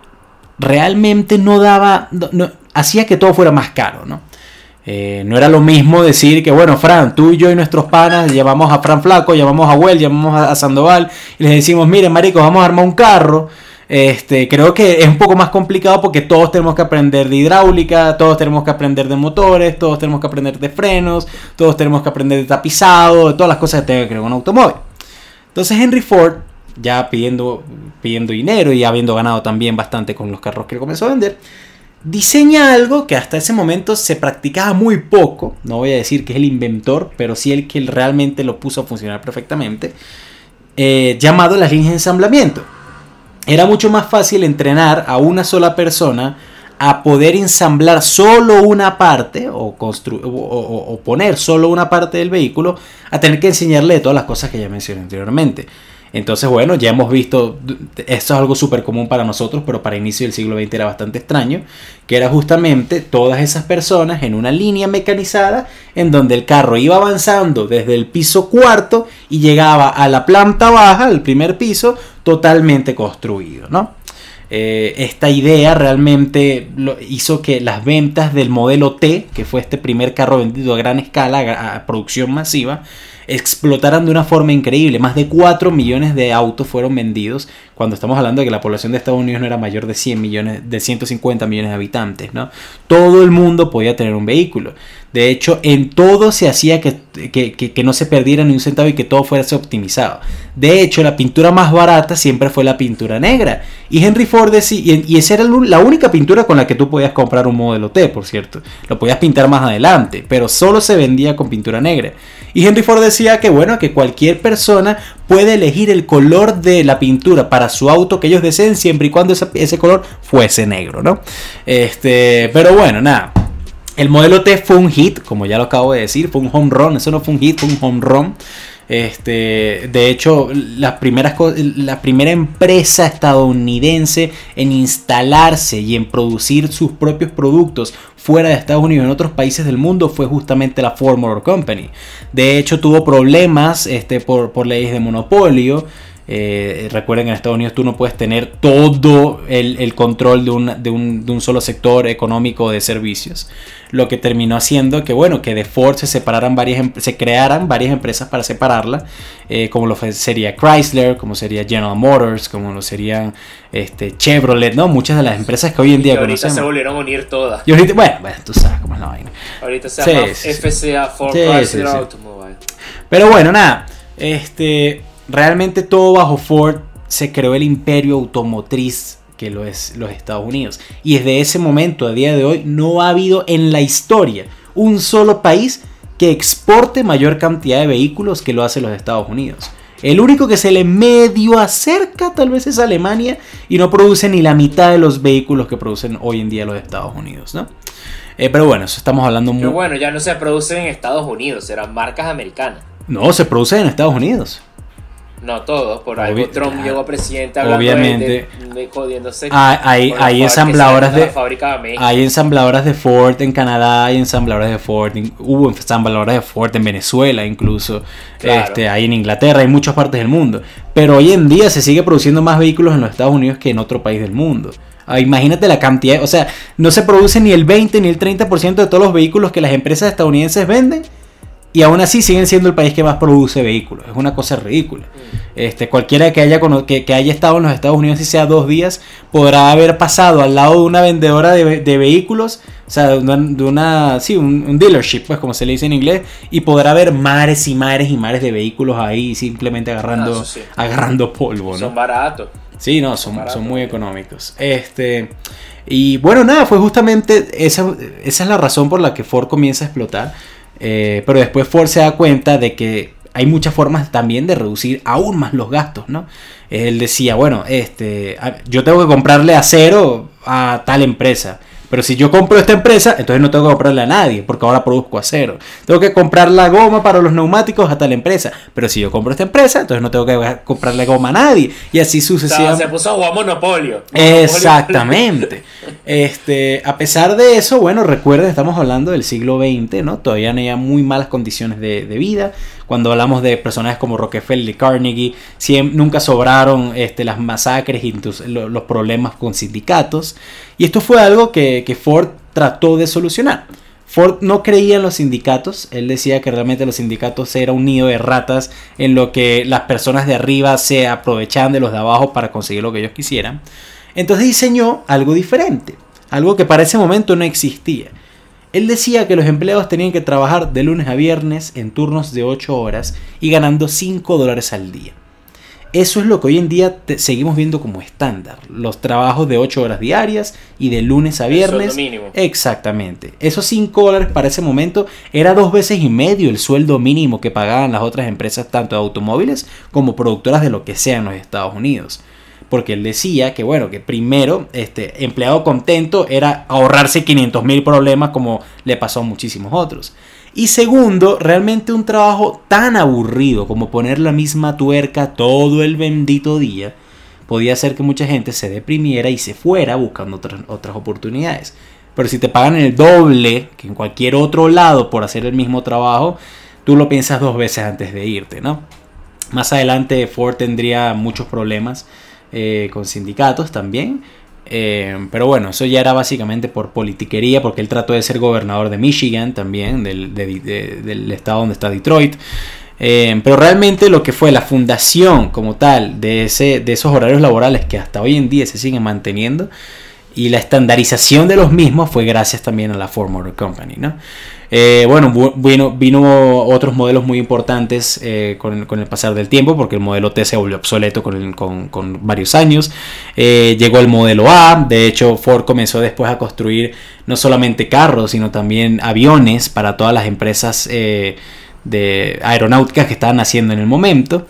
realmente no daba, no, no, hacía que todo fuera más caro, ¿no? Eh, no era lo mismo decir que, bueno, Fran, tú y yo y nuestros panas llamamos a Fran Flaco, llamamos a Well, llamamos a, a Sandoval y les decimos, miren, maricos, vamos a armar un carro. Este, creo que es un poco más complicado porque todos tenemos que aprender de hidráulica, todos tenemos que aprender de motores, todos tenemos que aprender de frenos, todos tenemos que aprender de tapizado, de todas las cosas que tenga que ver con un automóvil. Entonces Henry Ford, ya pidiendo, pidiendo dinero y habiendo ganado también bastante con los carros que comenzó a vender, diseña algo que hasta ese momento se practicaba muy poco. No voy a decir que es el inventor, pero sí el que realmente lo puso a funcionar perfectamente, eh, llamado las líneas de ensamblamiento. Era mucho más fácil entrenar a una sola persona a poder ensamblar solo una parte o, constru- o, o, o poner solo una parte del vehículo, a tener que enseñarle todas las cosas que ya mencioné anteriormente. Entonces, bueno, ya hemos visto, esto es algo súper común para nosotros, pero para inicio del siglo veinte era bastante extraño, que era justamente todas esas personas en una línea mecanizada en donde el carro iba avanzando desde el piso cuarto y llegaba a la planta baja, al primer piso, totalmente construido, ¿no? Eh, esta idea realmente lo hizo que las ventas del modelo T, que fue este primer carro vendido a gran escala, a, a producción masiva, explotaran de una forma increíble. Más de cuatro millones de autos fueron vendidos, cuando estamos hablando de que la población de Estados Unidos no era mayor de cien millones, de ciento cincuenta millones de habitantes, ¿no? Todo el mundo podía tener un vehículo. De hecho, en todo se hacía que, que, que, que no se perdiera ni un centavo y que todo fuera optimizado. De hecho, la pintura más barata siempre fue la pintura negra. Y Henry Ford decía, y, y esa era la única pintura con la que tú podías comprar un modelo T, por cierto. Lo podías pintar más adelante, pero solo se vendía con pintura negra. Y Henry Ford decía que, bueno, que cualquier persona puede elegir el color de la pintura para su auto que ellos deseen, siempre y cuando ese, ese color fuese negro, ¿no? Este, pero bueno, nada. El modelo T fue un hit, como ya lo acabo de decir, fue un home run. Eso no fue un hit, fue un home run. Este, de hecho, las primeras, la primera empresa estadounidense en instalarse y en producir sus propios productos fuera de Estados Unidos en otros países del mundo fue justamente la Ford Motor Company. De hecho, tuvo problemas este, por, por leyes de monopolio. Eh, recuerden que en Estados Unidos tú no puedes tener todo el, el control de un, de, un, de un solo sector económico de servicios, lo que terminó haciendo que bueno que de Ford se separaran varias se crearan varias empresas para separarla, eh, como lo sería Chrysler, como sería General Motors, como lo serían este, Chevrolet, ¿no? Muchas de las empresas que hoy en día y ahorita conocemos se volvieron a unir todas. Y ahorita, bueno, bueno, tú sabes cómo es la vaina. Ahorita se sí, llama sí, F C A, Ford sí, Chrysler sí, sí. Automobile. Pero bueno, nada, este realmente todo bajo Ford se creó el imperio automotriz que lo es los Estados Unidos. Y desde ese momento, a día de hoy, no ha habido en la historia un solo país que exporte mayor cantidad de vehículos que lo hace los Estados Unidos. El único que se le medio acerca tal vez es Alemania y no produce ni la mitad de los vehículos que producen hoy en día los Estados Unidos, ¿no? Eh, pero bueno, eso estamos hablando muy... Pero bueno, ya no se producen en Estados Unidos, eran marcas americanas. No, se produce en Estados Unidos. No todos, por algo Obvi- Trump ah, llegó presidente hablando obviamente. de, de, de jodiéndose. Ah, hay, con la hay fábrica ensambladoras que se de... la fábrica de México. Hay ensambladoras de Ford en Canadá, hay ensambladoras de Ford, en- hubo ensambladoras de Ford en Venezuela incluso, Claro. este, hay en Inglaterra, hay en muchas partes del mundo. Pero hoy en día se sigue produciendo más vehículos en los Estados Unidos que en otro país del mundo. Ah, imagínate la cantidad, o sea, no se produce ni el veinte ni el treinta por ciento de todos los vehículos que las empresas estadounidenses venden. Y aún así siguen siendo el país que más produce vehículos. Es una cosa ridícula. Este, cualquiera que haya, cono- que, que haya estado en los Estados Unidos, si sea dos días, podrá haber pasado al lado de una vendedora de, ve- de vehículos, o sea, de una, de una sí, un, un dealership, pues como se le dice en inglés, y podrá ver mares y mares y mares de vehículos ahí simplemente agarrando, Ah, eso sí. agarrando polvo, ¿no? Son baratos. Sí, no, son, baratos. son muy económicos. Este, y bueno, nada, fue justamente esa, esa es la razón por la que Ford comienza a explotar. Eh, pero después Ford se da cuenta de que hay muchas formas también de reducir aún más los gastos, ¿no? Él decía, bueno, este, a- yo tengo que comprarle acero a tal empresa. Pero si yo compro esta empresa, entonces no tengo que comprarle a nadie, porque ahora produzco acero. Tengo que comprar la goma para los neumáticos a tal empresa. Pero si yo compro esta empresa, entonces no tengo que comprarle goma a nadie. Y así O sea, sucesivamente. se puso a jugar Monopolio. Exactamente. Este, a pesar de eso, bueno, recuerden, estamos hablando del siglo veinte, ¿no? Todavía no había muy malas condiciones de, de vida. Cuando hablamos de personajes como Rockefeller y Carnegie, siem- nunca sobraron este, las masacres y entonces, lo- los problemas con sindicatos. Y esto fue algo que, que Ford trató de solucionar. Ford no creía en los sindicatos. Él decía que realmente los sindicatos era un nido de ratas en lo que las personas de arriba se aprovechaban de los de abajo para conseguir lo que ellos quisieran. Entonces diseñó algo diferente, algo que para ese momento no existía. Él decía que los empleados tenían que trabajar de lunes a viernes en turnos de ocho horas y ganando cinco dólares al día. Eso es lo que hoy en día te- seguimos viendo como estándar. Los trabajos de ocho horas diarias y de lunes a El viernes. sueldo mínimo. Exactamente. Esos cinco dólares para ese momento era dos veces y medio el sueldo mínimo que pagaban las otras empresas, tanto de automóviles como productoras de lo que sea en los Estados Unidos. Porque él decía que, bueno, que primero, este, empleado contento era ahorrarse quinientos mil problemas como le pasó a muchísimos otros. Y segundo, realmente un trabajo tan aburrido como poner la misma tuerca todo el bendito día podía hacer que mucha gente se deprimiera y se fuera buscando otras, otras oportunidades. Pero si te pagan el doble que en cualquier otro lado por hacer el mismo trabajo, tú lo piensas dos veces antes de irte, ¿no? Más adelante Ford tendría muchos problemas eh, con sindicatos también. Eh, pero bueno, eso ya era básicamente por politiquería, porque él trató de ser gobernador de Michigan también, del, de- de- del estado donde está Detroit. Eh, pero realmente lo que fue la fundación como tal de, ese, de esos horarios laborales que hasta hoy en día se siguen manteniendo y la estandarización de los mismos fue gracias también a la Ford Motor Company, ¿no? Eh, bueno, bu- vino, vino otros modelos muy importantes eh, con, con el pasar del tiempo, porque el modelo T se volvió obsoleto con, el- con- con varios años. Eh, llegó el modelo A. De hecho, Ford comenzó después a construir no solamente carros, sino también aviones para todas las empresas eh, de aeronáuticas que estaban haciendo en el momento.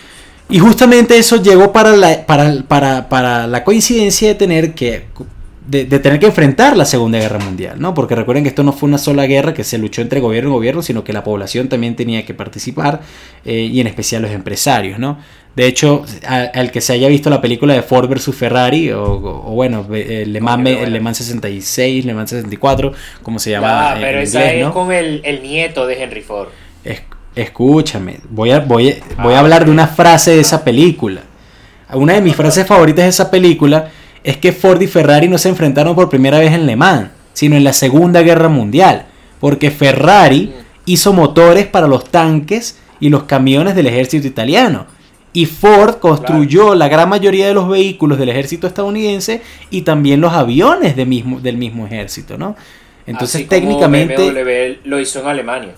Y justamente eso llegó para la, para, para, para la coincidencia de tener que de, de tener que enfrentar la Segunda Guerra Mundial, ¿no? Porque recuerden que esto no fue una sola guerra que se luchó entre gobierno y gobierno, sino que la población también tenía que participar, eh, y en especial los empresarios, ¿no? De hecho, a- al que se haya visto la película de Ford versus Ferrari, o, o- o bueno, eh, Le Mans, Ok, bueno. Le Mans sesenta y seis, Le Mans sesenta y cuatro, como se llama Ya, en pero en esa inglés, es ¿no? con el, el nieto de Henry Ford. Es- escúchame, voy a, voy, a- voy a Ah, hablar ok. de una frase de esa película. Una de mis frases favoritas de esa película es que Ford y Ferrari no se enfrentaron por primera vez en Le Mans, sino en la Segunda Guerra Mundial, porque Ferrari hizo motores para los tanques y los camiones del ejército italiano. Y Ford construyó la gran mayoría de los vehículos del ejército estadounidense y también los aviones de mismo, del mismo ejército, ¿no? Entonces Así como técnicamente... B M W lo hizo en Alemania.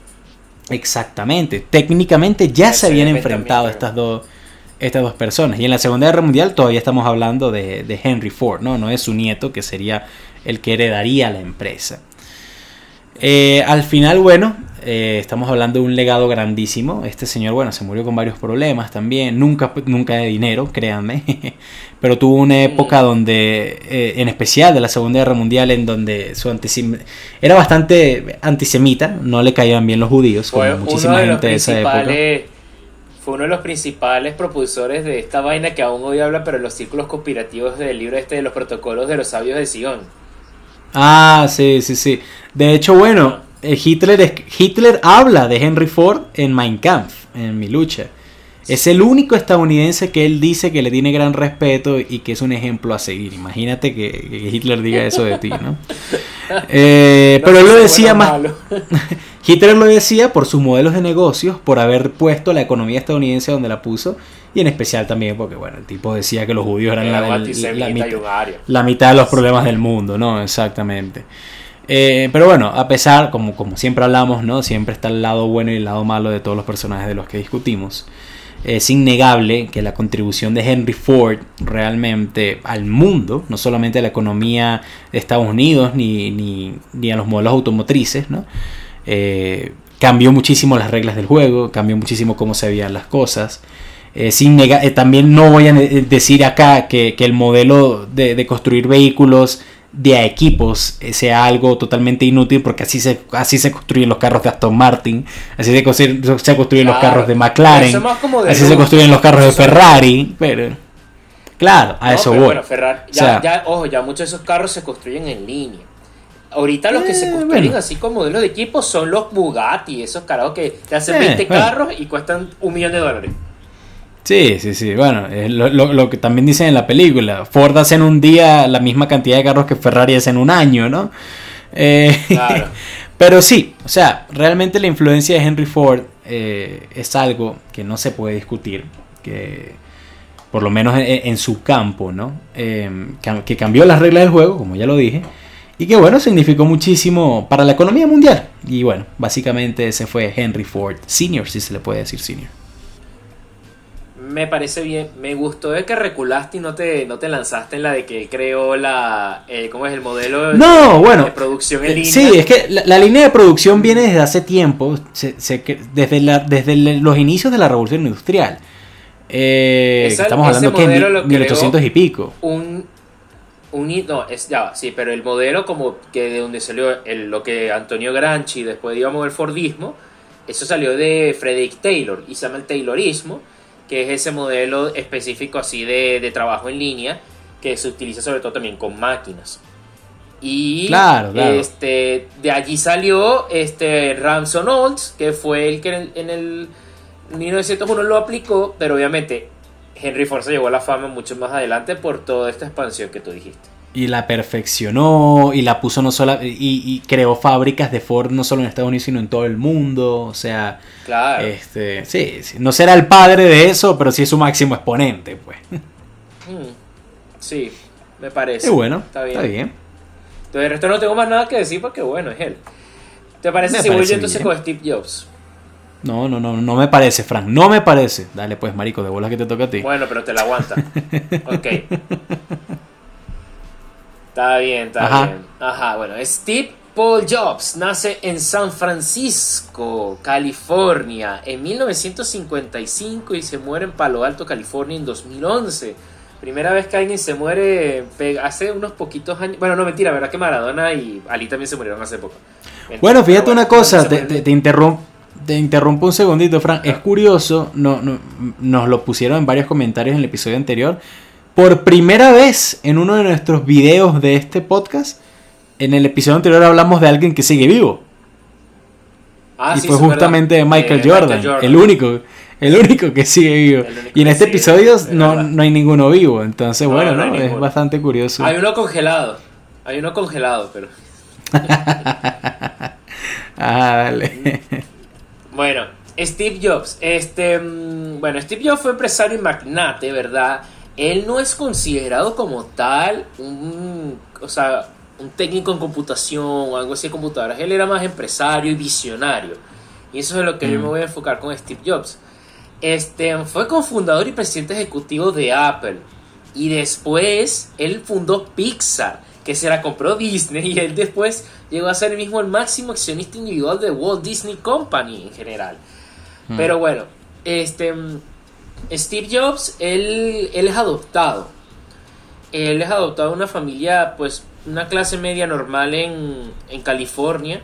Exactamente, técnicamente ya se habían Mercedes-Benz enfrentado también, estas dos, estas dos personas. Y en la Segunda Guerra Mundial todavía estamos hablando de, de Henry Ford, ¿no? No es su nieto, que sería el que heredaría la empresa. Eh, al final, bueno, Eh, estamos hablando de un legado grandísimo. Este señor, bueno, se murió con varios problemas también. Nunca, nunca de dinero, créanme. Pero tuvo una época donde, eh, en especial de la Segunda Guerra Mundial, en donde su antisem- era bastante antisemita. No le caían bien los judíos, como Fue muchísima uno de los gente de esa época. principales, fue uno de los principales propulsores de esta vaina que aún hoy habla, pero en los círculos conspirativos del libro este de los protocolos de los sabios de Sion. Ah, sí, sí, sí. De hecho, bueno, eh, Hitler, es- Hitler habla de Henry Ford en Mein Kampf, en Mi Lucha. Es el único estadounidense que él dice que le tiene gran respeto y que es un ejemplo a seguir. Imagínate que, que Hitler diga eso de ti, ¿no? Eh, No pero sé él lo si decía bueno o más. malo. Hitler lo decía por sus modelos de negocios, por haber puesto la economía estadounidense donde la puso, y en especial también porque, bueno, el tipo decía que los judíos eran Era la, un del- antisemita la y mitad, un ario. la mitad de los problemas del mundo, ¿no? Exactamente. Eh, pero bueno, a pesar, como, como siempre hablamos, ¿no? Siempre está el lado bueno y el lado malo de todos los personajes de los que discutimos. Es innegable que la contribución de Henry Ford realmente al mundo, no solamente a la economía de Estados Unidos ni, ni, ni a los modelos automotrices, ¿no? Eh, cambió muchísimo las reglas del juego, cambió muchísimo cómo se veían las cosas. Eh, sin nega- eh, también no voy a ne- decir acá que, que el modelo de, de construir vehículos de a equipos eh, sea algo totalmente inútil, porque así se, así se construyen los carros de Aston Martin, así se, construyen, se construyen los Claro, carros de eso McLaren, es más como de así se lujo. construyen los carros de Eso es- Ferrari, pero claro, a No, eso pero voy. bueno, Ferrari, ya, O sea, ya, ojo, ya muchos de esos carros se construyen en línea. Ahorita los que se Eh, construyen bueno. así como modelos de equipo son los Bugatti, esos carajos que te hacen Eh, veinte bueno. carros y cuestan un millón de dólares. Sí, sí, sí. Bueno, es lo, lo- lo que también dicen en la película. Ford hace en un día la misma cantidad de carros que Ferrari hace en un año, ¿no? Eh, Claro. pero sí, o sea, realmente la influencia de Henry Ford eh, es algo que no se puede discutir. Que por lo menos en, en su campo, ¿no? Eh, cam- que cambió las reglas del juego, como ya lo dije. Y que bueno, significó muchísimo para la economía mundial. Y bueno, básicamente ese fue Henry Ford senior, si se le puede decir senior. Me parece bien, me gustó de que reculaste y no te, no te lanzaste en la de que él creó la, eh, ¿cómo es el modelo No, de, bueno, de producción en Eh, línea? Sí, es que la, la línea de producción viene desde hace tiempo, se- se cre- desde, la- desde le- los inicios de la revolución industrial. Eh, Esa- estamos ese hablando que modelo en lo mil ochocientos y pico. un, un hi- no, es, ya va, sí, pero el modelo como que de donde salió el, lo que Antonio Gramsci después digamos el Fordismo, eso salió de Frederick Taylor y se llama el Taylorismo, que es ese modelo específico así de, de trabajo en línea que se utiliza sobre todo también con máquinas. Y Claro, claro. este de allí salió este Ramson Olds, que fue el que en el, en el mil novecientos uno lo aplicó, pero obviamente Henry Ford se llegó a la fama mucho más adelante por toda esta expansión que tú dijiste. Y la perfeccionó y la puso no solo y, y creó fábricas de Ford no solo en Estados Unidos sino en todo el mundo. O sea, Claro. este, sí, sí, no será el padre de eso, pero sí es su máximo exponente, pues. Mm, sí, me parece. Y bueno, está bien. está bien. Entonces, el resto no tengo más nada que decir porque bueno, es él. ¿Te parece Me si voy parece yo entonces bien. con Steve Jobs? No, no, no, no me parece, Frank, no me parece. Dale pues, marico, de bolas que te toca a ti. Bueno, pero te la aguanta. Ok. Está bien, está Ajá. bien. Ajá, bueno, Steve Paul Jobs nace en San Francisco, California, en mil novecientos cincuenta y cinco y se muere en Palo Alto, California, en dos mil once. Primera vez que alguien se muere pe- hace unos poquitos años. Bueno, no, mentira, verdad que Maradona y Ali también se murieron hace poco. Mentira, Bueno, pero fíjate una cosa, se te, murieron- te, te interrumpo, te interrumpo un segundito, Frank. Ajá. Es curioso, no, no, nos lo pusieron en varios comentarios en el episodio anterior. Por primera vez en uno de nuestros videos de este podcast, en el episodio anterior hablamos de alguien que sigue vivo. Ah, y sí, fue sí, es justamente verdad. Michael, Eh, Jordan, el único, el único que sigue vivo. El único Y en que este sigue episodio vivo, es no, verdad. no hay ninguno vivo. Entonces, No, bueno, no hay ¿no? Es ninguno. bastante curioso. Hay uno congelado. Hay uno congelado, pero. Ajá, dale. Bueno, Steve Jobs. Este, mm, bueno, Steve Jobs fue empresario y magnate, ¿verdad? Él no es considerado como tal un, o sea, un técnico en computación o algo así de computadoras. Él era más empresario y visionario. Y eso es lo que yo me voy a enfocar con Steve Jobs. Este, fue cofundador y presidente ejecutivo de Apple. Y después él fundó Pixar. que se la compró Disney, y él después llegó a ser el mismo el máximo accionista individual de Walt Disney Company en general. Mm. Pero bueno, este Steve Jobs, él, él es adoptado. Él es adoptado de una familia, pues, una clase media normal en, en California.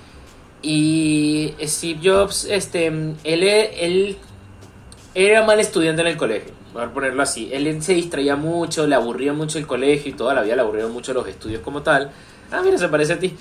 Y Steve Jobs, este, él, él era mal estudiante en el colegio, voy a ponerlo así. Él se distraía mucho, le aburría mucho el colegio y toda la vida le aburrieron mucho los estudios como tal. Ah, mira, se parece a ti.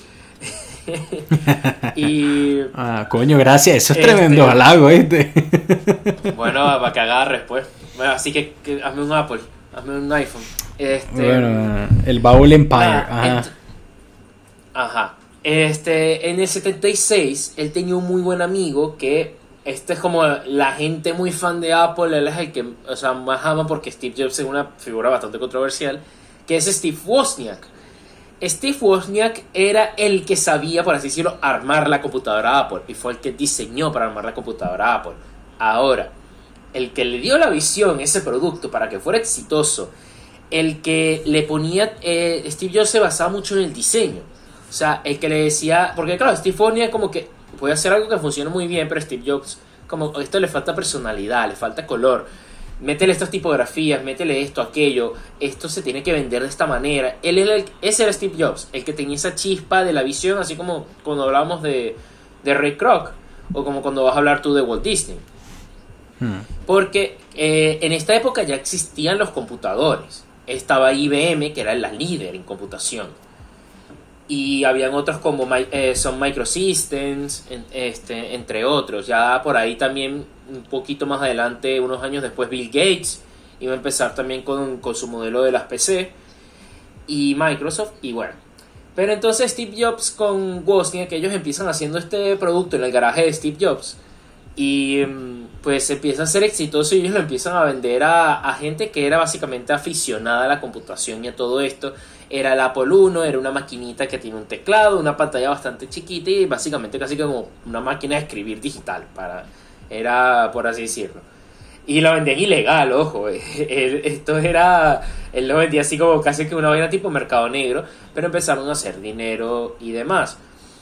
Y ah, coño, gracias, eso es este, tremendo halago, ¿viste? Bueno, para que agarres, pues. Bueno, así que, que hazme un Apple, hazme un iPhone. Este, bueno, el Baúl Empire. Ah, ajá. Ent- ajá. Este, en el setenta y seis, él tenía un muy buen amigo que, este es como la gente muy fan de Apple, él es el que, o sea, más ama porque Steve Jobs es una figura bastante controversial, que es Steve Wozniak. Steve Wozniak era el que sabía, por así decirlo, armar la computadora Apple, y fue el que diseñó para armar la computadora Apple. Ahora, el que le dio la visión, ese producto, para que fuera exitoso, el que le ponía, eh, Steve Jobs se basaba mucho en el diseño. O sea, el que le decía, porque claro, Steve Wozniak como que puede hacer algo que funcione muy bien, pero Steve Jobs, como esto le falta personalidad, le falta color. Métele estas tipografías, métele esto, aquello, esto se tiene que vender de esta manera. Él era el, ese era Steve Jobs, el que tenía esa chispa de la visión, así como cuando hablábamos de, de Ray Kroc, o como cuando vas a hablar tú de Walt Disney. Hmm. Porque eh, en esta época ya existían los computadores. Estaba I B M, que era la líder en computación. Y habían otros como eh, Sun Microsystems, en, este, entre otros. Ya por ahí también, un poquito más adelante, unos años después, Bill Gates iba a empezar también con, con su modelo de las P C. Y Microsoft, y bueno. Pero entonces Steve Jobs con Wozniak, que ellos empiezan haciendo este producto en el garaje de Steve Jobs. Y pues empieza a ser exitoso y ellos lo empiezan a vender a, a gente que era básicamente aficionada a la computación y a todo esto. Era el Apple uno, era una maquinita que tiene un teclado, una pantalla bastante chiquita y básicamente casi como una máquina de escribir digital, para, era por así decirlo. Y lo vendían ilegal, ojo, esto era, él lo vendía así como casi que una vaina tipo mercado negro, pero empezaron a hacer dinero y demás.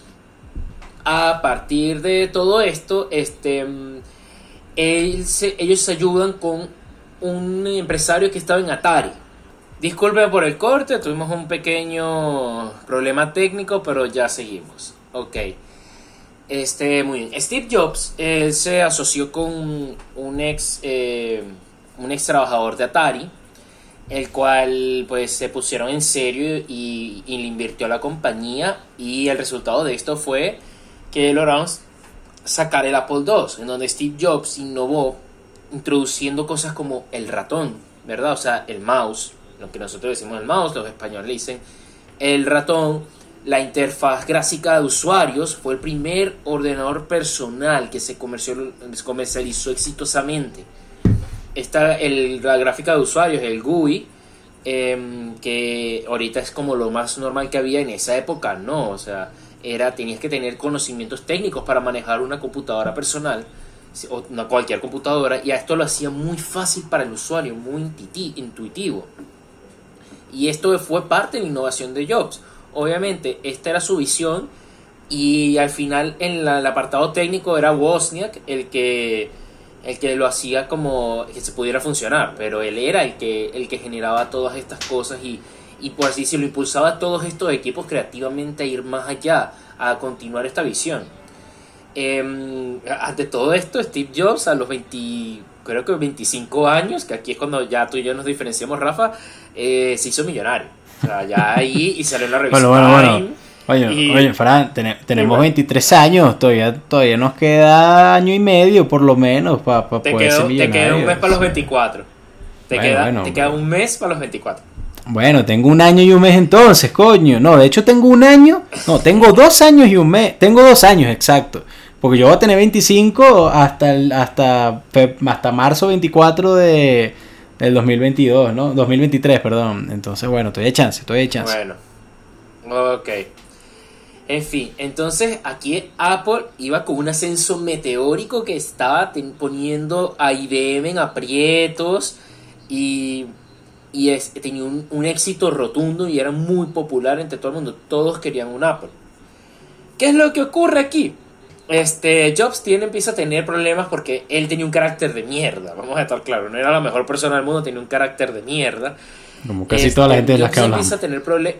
A partir de todo esto, este, él se, ellos se ayudan con un empresario que estaba en Atari. Disculpen por el corte, tuvimos un pequeño problema técnico, pero ya seguimos. Ok. Este, muy bien. Steve Jobs él se asoció con un ex, eh, un ex trabajador de Atari, el cual pues se pusieron en serio y, y le invirtió a la compañía, y el resultado de esto fue que lograron sacar el Apple dos, en donde Steve Jobs innovó introduciendo cosas como el ratón, ¿verdad? O sea, el mouse, lo que nosotros decimos el mouse, los españoles dicen el ratón. La interfaz gráfica de usuarios fue el primer ordenador personal que se comercializó exitosamente. Esta, el, la gráfica de usuarios, el G U I, eh, que ahorita es como lo más normal que había, en esa época no, o sea, era, tenías que tener conocimientos técnicos para manejar una computadora personal, o no, cualquier computadora, y a esto lo hacía muy fácil para el usuario, muy intuitivo. Y esto fue parte de la innovación de Jobs. Obviamente, esta era su visión, y al final en la, el apartado técnico era Wozniak el que, el que lo hacía como que se pudiera funcionar, pero él era el que, el que generaba todas estas cosas y, y por así decirlo, impulsaba a todos estos equipos creativamente a ir más allá, a continuar esta visión. Eh, ante todo esto, Steve Jobs a los veinte, creo que veinticinco años, que aquí es cuando ya tú y yo nos diferenciamos, Rafa, eh, se hizo millonario. O sea, ya ahí y salió en la revista. Bueno, bueno, bueno. Oye, y, oye, Fran, ten, tenemos bueno. veintitrés años, todavía todavía nos queda año y medio por lo menos para pa poder quedó, ser millonario. Te queda un mes para los veinticuatro. Te, bueno, queda, bueno, te queda un mes para los veinticuatro. Bueno, tengo un año y un mes entonces, coño. No, de hecho tengo un año, no, tengo dos años y un mes. Tengo dos años, exacto. Porque yo voy a tener veinticinco hasta el, hasta, hasta marzo veinticuatro de... del dos mil veintidós, ¿no? dos mil veintitrés, perdón. Entonces, bueno, estoy de chance, estoy de chance. Bueno, ok. En fin, entonces aquí Apple iba con un ascenso meteórico que estaba ten- poniendo a I B M en aprietos, y y es, tenía un, un éxito rotundo y era muy popular entre todo el mundo. Todos querían un Apple. ¿Qué es lo que ocurre aquí? Este, Jobs tiene, empieza a tener problemas porque él tenía un carácter de mierda. Vamos a estar claros, no era la mejor persona del mundo, tenía un carácter de mierda. Como casi este, toda la gente de las que hablamos. Empieza a tener problemas.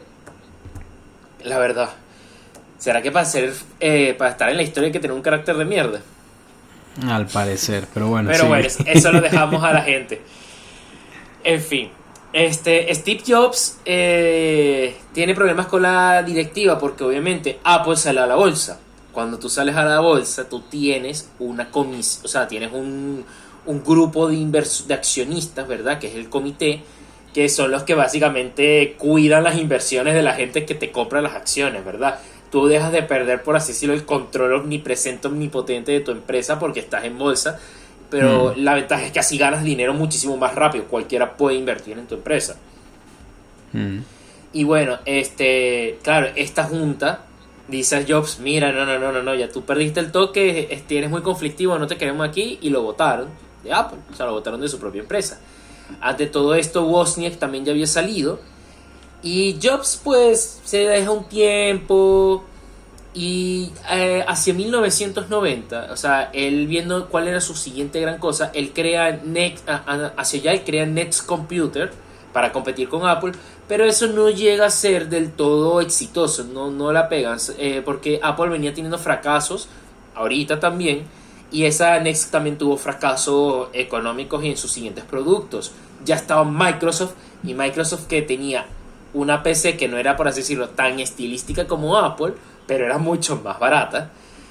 La verdad. ¿Será que para ser eh, para estar en la historia hay que tener un carácter de mierda? Al parecer, pero bueno. Pero sí. bueno, eso lo dejamos a la gente. En fin. Este, Steve Jobs eh, tiene problemas con la directiva porque obviamente Apple sale a la bolsa. Cuando tú sales a la bolsa, tú tienes una comisión, o sea, tienes un, un grupo de, invers- de accionistas, ¿verdad? Que es el comité, que son los que básicamente cuidan las inversiones de la gente que te compra las acciones, ¿verdad? Tú dejas de perder, por así decirlo, el control omnipresente, omnipotente de tu empresa porque estás en bolsa. Pero mm. la ventaja es que así ganas dinero muchísimo más rápido. Cualquiera puede invertir en tu empresa. Mm. Y bueno, este, claro, esta junta dice a Jobs, mira, no, no, no, no, no, ya tú perdiste el toque, eres muy conflictivo, no te queremos aquí, y lo votaron de Apple, o sea, lo votaron de su propia empresa. Ante todo esto, Wozniak también ya había salido, y Jobs pues se deja un tiempo, y eh, hacia mil novecientos noventa, o sea, él viendo cuál era su siguiente gran cosa, él crea, Next, hacia allá él crea Next Computer para competir con Apple, pero eso no llega a ser del todo exitoso, no, no la pegan, eh, porque Apple venía teniendo fracasos, ahorita también, y esa Next también tuvo fracasos económicos en sus siguientes productos. Ya estaba Microsoft, y Microsoft, que tenía una P C que no era, por así decirlo, tan estilística como Apple, pero era mucho más barata,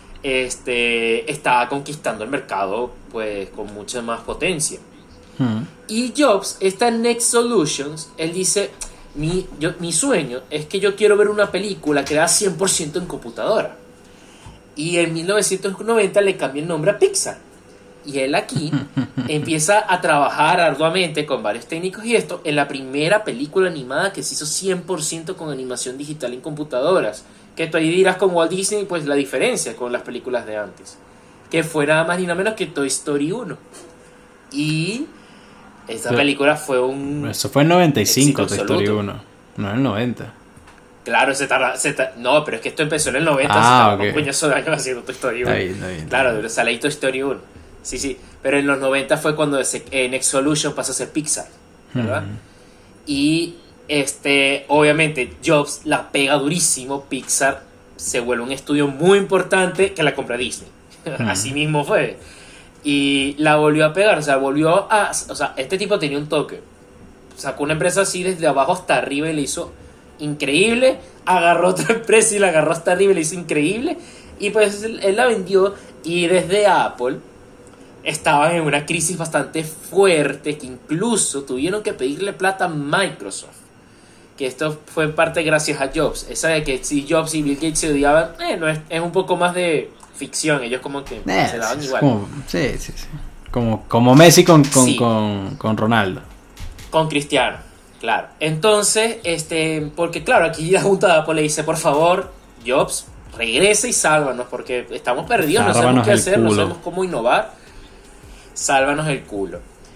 este, estaba conquistando el mercado pues con mucha más potencia. Hmm. Y Jobs, esta Next Solutions, él dice, mi, yo, mi sueño es que yo quiero ver una película creada cien por ciento en computadora. Y en mil novecientos noventa le cambia el nombre a Pixar. Y él aquí empieza a trabajar arduamente con varios técnicos y esto en la primera película animada que se hizo cien por ciento con animación digital en computadoras. Que tú ahí dirás con Walt Disney, pues la diferencia con las películas de antes. Que fue nada más ni nada menos que Toy Story uno. Y esta sí. película fue un... Eso fue en noventa y cinco, Toy Story uno. No en el noventa. Claro, se tarda, se tarda, no, pero es que esto empezó en el noventa, ah, se tardó okay. un coñazo de años haciendo Toy Story uno. Está bien, está bien, está claro, bien. sale Toy Story uno. Sí, sí, pero en los noventa fue cuando ese, eh, Next Solution pasó a ser Pixar, ¿verdad? Mm. Y este, obviamente Jobs la pega durísimo, Pixar se vuelve un estudio muy importante que la compra Disney. Mm. Así mismo fue. Y la volvió a pegar, o sea, volvió a... O sea, este tipo tenía un toque. Sacó una empresa así desde abajo hasta arriba y le hizo increíble. Agarró otra empresa y la agarró hasta arriba y le hizo increíble. Y pues él, él la vendió. Y desde Apple estaban en una crisis bastante fuerte, que incluso tuvieron que pedirle plata a Microsoft. Que esto fue en parte gracias a Jobs. Esa de que si Jobs y Bill Gates se odiaban, eh, no es, es un poco más de ficción. Ellos como que eh, se daban igual. Como, sí, sí, sí. Como, como Messi con, con, sí. con, con Ronaldo. Con Cristiano, claro. Entonces, este, porque claro, aquí la junta de Apple le dice, por favor, Jobs, regresa y sálvanos, porque estamos perdidos, no sabemos qué hacer, culo. no sabemos cómo innovar. Sálvanos el culo.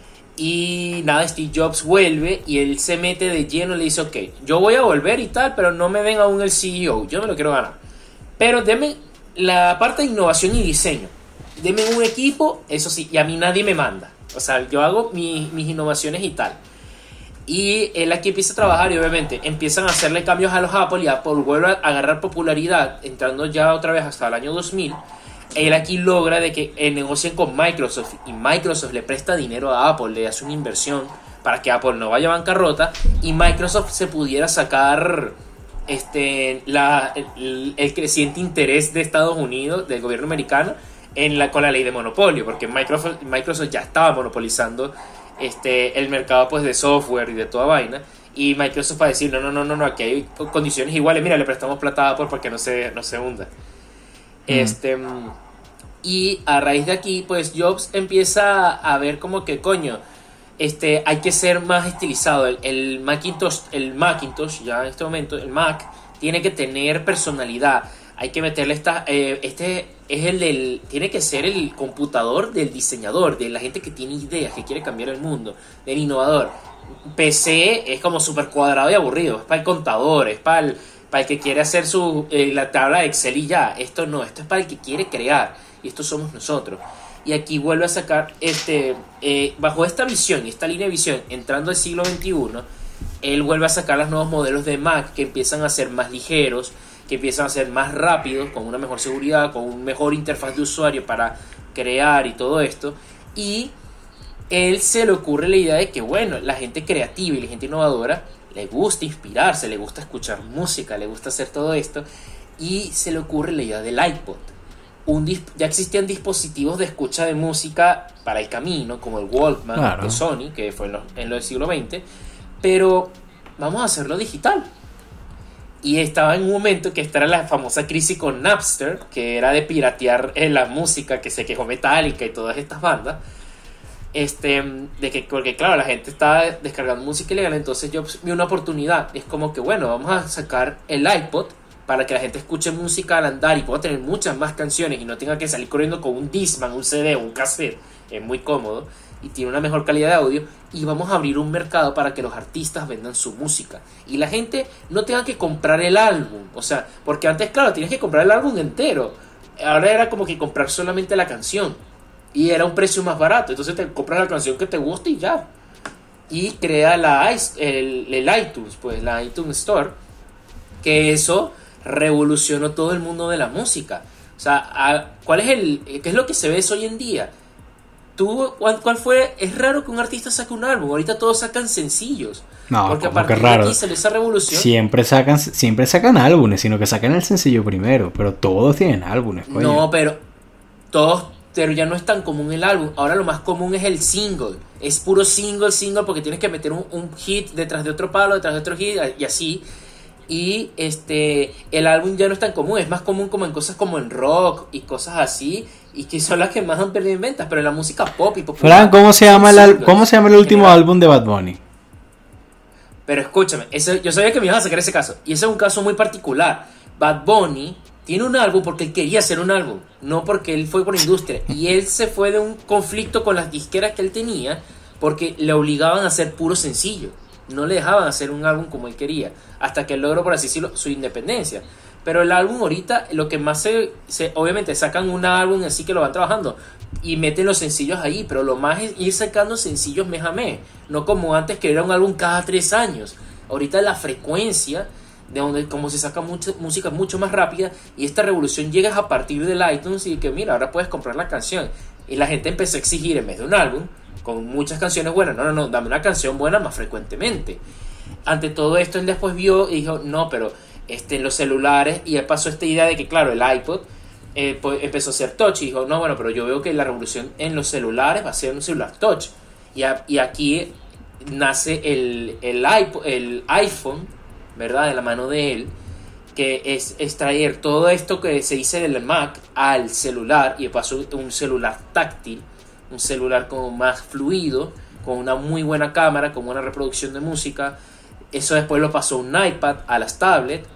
Y nada, Steve Jobs vuelve y él se mete de lleno y le dice, ok, yo voy a volver y tal, pero no me den aún el C E O, yo me lo quiero ganar. Pero denme la parte de innovación y diseño. Denme un equipo, eso sí, y a mí nadie me manda. O sea, yo hago mi, mis innovaciones y tal. Y él aquí empieza a trabajar y obviamente empiezan a hacerle cambios a los Apple y Apple vuelve a agarrar popularidad, entrando ya otra vez hasta el año dos mil. Él aquí logra de que eh, negocien con Microsoft y Microsoft le presta dinero a Apple, le hace una inversión para que Apple no vaya a bancarrota y Microsoft se pudiera sacar este, la, el, el creciente interés de Estados Unidos, del gobierno americano, en la, con la ley de monopolio, porque Microsoft, Microsoft ya estaba monopolizando este, el mercado pues, de software y de toda vaina. Y Microsoft va a decir, no, no, no, no, no, aquí hay condiciones iguales, mira, le prestamos plata a Apple para que no se, no se hunda. Mm. Este, y a raíz de aquí, pues Jobs empieza a ver como que, coño, este, hay que ser más estilizado. El, el Macintosh, el Macintosh, ya en este momento, el Mac, tiene que tener personalidad. Hay que meterle esta, eh, este es el del, tiene que ser el computador del diseñador, de la gente que tiene ideas, que quiere cambiar el mundo, del innovador. P C es como súper cuadrado y aburrido, es para el contador, es para el, para el que quiere hacer su, eh, la tabla de Excel y ya. Esto no, esto es para el que quiere crear, y esto somos nosotros. Y aquí vuelve a sacar, este eh, bajo esta visión y esta línea de visión, entrando al siglo veintiuno, él vuelve a sacar los nuevos modelos de Mac que empiezan a ser más ligeros, que empiezan a ser más rápidos, con una mejor seguridad, con una mejor interfaz de usuario para crear y todo esto. Y él se le ocurre la idea de que, bueno, la gente creativa y la gente innovadora le gusta inspirarse, le gusta escuchar música, le gusta hacer todo esto, y se le ocurre la idea del iPod. Un disp- ya existían dispositivos de escucha de música para el camino, como el Walkman, claro, de Sony, que fue en lo, en lo del siglo veinte, pero vamos a hacerlo digital. Y estaba en un momento que esta era la famosa crisis con Napster, que era de piratear eh, la música, que se quejó Metallica y todas estas bandas. Este, de que, porque claro, la gente estaba descargando música ilegal, entonces yo vi una oportunidad. Es como que, bueno, vamos a sacar el iPod para que la gente escuche música al andar y pueda tener muchas más canciones y no tenga que salir corriendo con un Discman, un C D, un cassette. Es muy cómodo y tiene una mejor calidad de audio, y vamos a abrir un mercado para que los artistas vendan su música y la gente no tenga que comprar el álbum. O sea, porque antes, claro, tienes que comprar el álbum entero, ahora era como que comprar solamente la canción y era un precio más barato, entonces te compras la canción que te gusta y ya. Y crea la, el, el iTunes, pues la iTunes Store, que eso revolucionó todo el mundo de la música. O sea, ¿cuál es el, qué es lo que se ve eso hoy en día? Tú, ¿cuál, ¿Cuál fue? Es raro que un artista saque un álbum. Ahorita todos sacan sencillos. No, porque a como que partir raro. de aquí salió esa revolución. Siempre sacan, siempre sacan álbumes, sino que sacan el sencillo primero. Pero todos tienen álbumes, coño. No, pero todos, pero ya no es tan común el álbum. Ahora lo más común es el single. Es puro single, single, porque tienes que meter un, un hit detrás de otro palo, detrás de otro hit, y así. Y este el álbum ya no es tan común, es más común como en cosas como en rock y cosas así, y que son las que más han perdido en ventas. Pero en la música pop y popular, Fran, ¿cómo se llama el al- cómo se llama el último general. álbum de Bad Bunny? Pero escúchame, ese, yo sabía que me ibas a sacar ese caso, y ese es un caso muy particular. Bad Bunny tiene un álbum porque él quería hacer un álbum, no porque él fue por industria. Y él se fue de un conflicto con las disqueras que él tenía, porque le obligaban a hacer puro sencillo, no le dejaban hacer un álbum como él quería, hasta que él logró, por así decirlo, su independencia. Pero el álbum ahorita, lo que más se, se obviamente sacan un álbum así que lo van trabajando y meten los sencillos ahí, pero lo más es ir sacando sencillos mes a mes, no como antes, que era un álbum cada tres años. Ahorita la frecuencia de donde, como se saca mucha música mucho más rápida, y esta revolución llega a partir del iTunes, y que mira, ahora puedes comprar la canción, y la gente empezó a exigir, en vez de un álbum con muchas canciones buenas, no, no, no, dame una canción buena más frecuentemente. Ante todo esto, él después vio y dijo, no, pero este, en los celulares, y él pasó esta idea de que, claro, el iPod eh, pues, empezó a ser touch, y dijo, no, bueno, pero yo veo que la revolución en los celulares va a ser un celular touch, y, a, y aquí nace el, el, iPod, el iPhone, ¿verdad?, de la mano de él, que es extraer todo esto que se dice del Mac al celular, y pasó un celular táctil, un celular como más fluido, con una muy buena cámara, con buena reproducción de música. Eso después lo pasó un iPad a las tablets,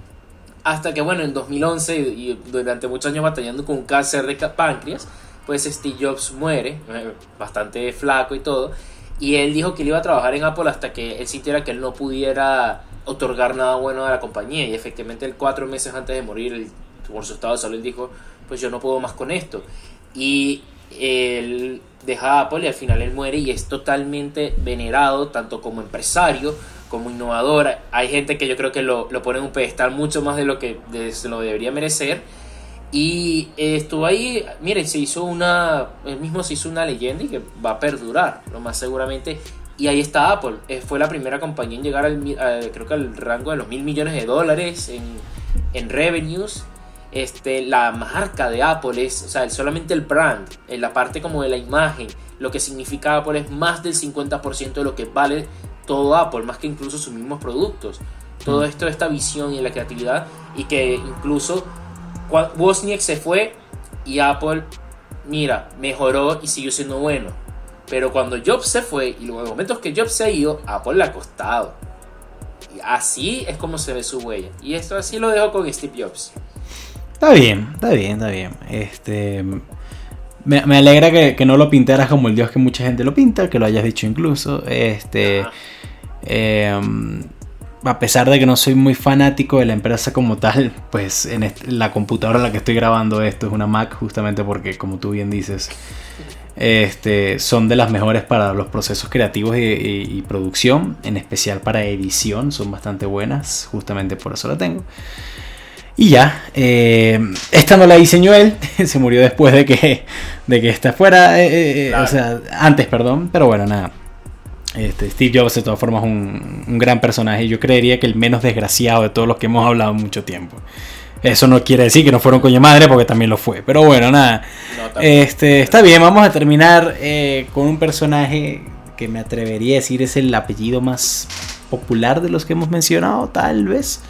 hasta que, bueno, en dos mil once, y durante muchos años batallando con un cáncer de páncreas, pues Steve Jobs muere, bastante flaco y todo, y él dijo que él iba a trabajar en Apple hasta que él sintiera que él no pudiera otorgar nada bueno a la compañía. Y efectivamente, él cuatro meses antes de morir, él, por su estado de salud, él dijo, pues yo no puedo más con esto, y él deja Apple, y al final él muere, y es totalmente venerado tanto como empresario como innovador. Hay gente que yo creo que lo, lo pone en un pedestal mucho más de lo que de, se lo debería merecer, y eh, estuvo ahí, miren, se hizo una él mismo se hizo una leyenda, y que va a perdurar lo más seguramente. Y ahí está Apple, eh, fue la primera compañía en llegar al, a, creo que al rango de los mil millones de dólares en, en revenues. Este, la marca de Apple es, o sea, solamente el brand, en la parte como de la imagen, lo que significa Apple es más del cincuenta por ciento de lo que vale todo Apple, más que incluso sus mismos productos. Todo esto, esta visión y la creatividad, y que incluso Wozniak se fue y Apple, mira, mejoró y siguió siendo bueno. Pero cuando Jobs se fue, y los momentos que Jobs se ha ido, Apple le ha costado. Y así es como se ve su huella. Y esto así lo dejo con Steve Jobs. Está bien, está bien, está bien. Este, me, me alegra que, que no lo pintaras como el dios que mucha gente lo pinta, que lo hayas dicho incluso. Este, eh, a pesar de que no soy muy fanático de la empresa como tal, pues en este, la computadora en la que estoy grabando esto es una Mac, justamente porque, como tú bien dices, este, son de las mejores para los procesos creativos y, y, y producción, en especial para edición, son bastante buenas, justamente por eso la tengo. Y ya, eh, esta no la diseñó él, se murió después de que, de que esta fuera, eh, eh, claro. O sea, antes, perdón, pero bueno, nada. Este, Steve Jobs de todas formas es un, un gran personaje, yo creería que el menos desgraciado de todos los que hemos hablado mucho tiempo. Eso no quiere decir que no fueron coño madre, porque también lo fue, pero bueno, nada. No, este, está bien, vamos a terminar eh, con un personaje que me atrevería a decir es el apellido más popular de los que hemos mencionado, tal vez.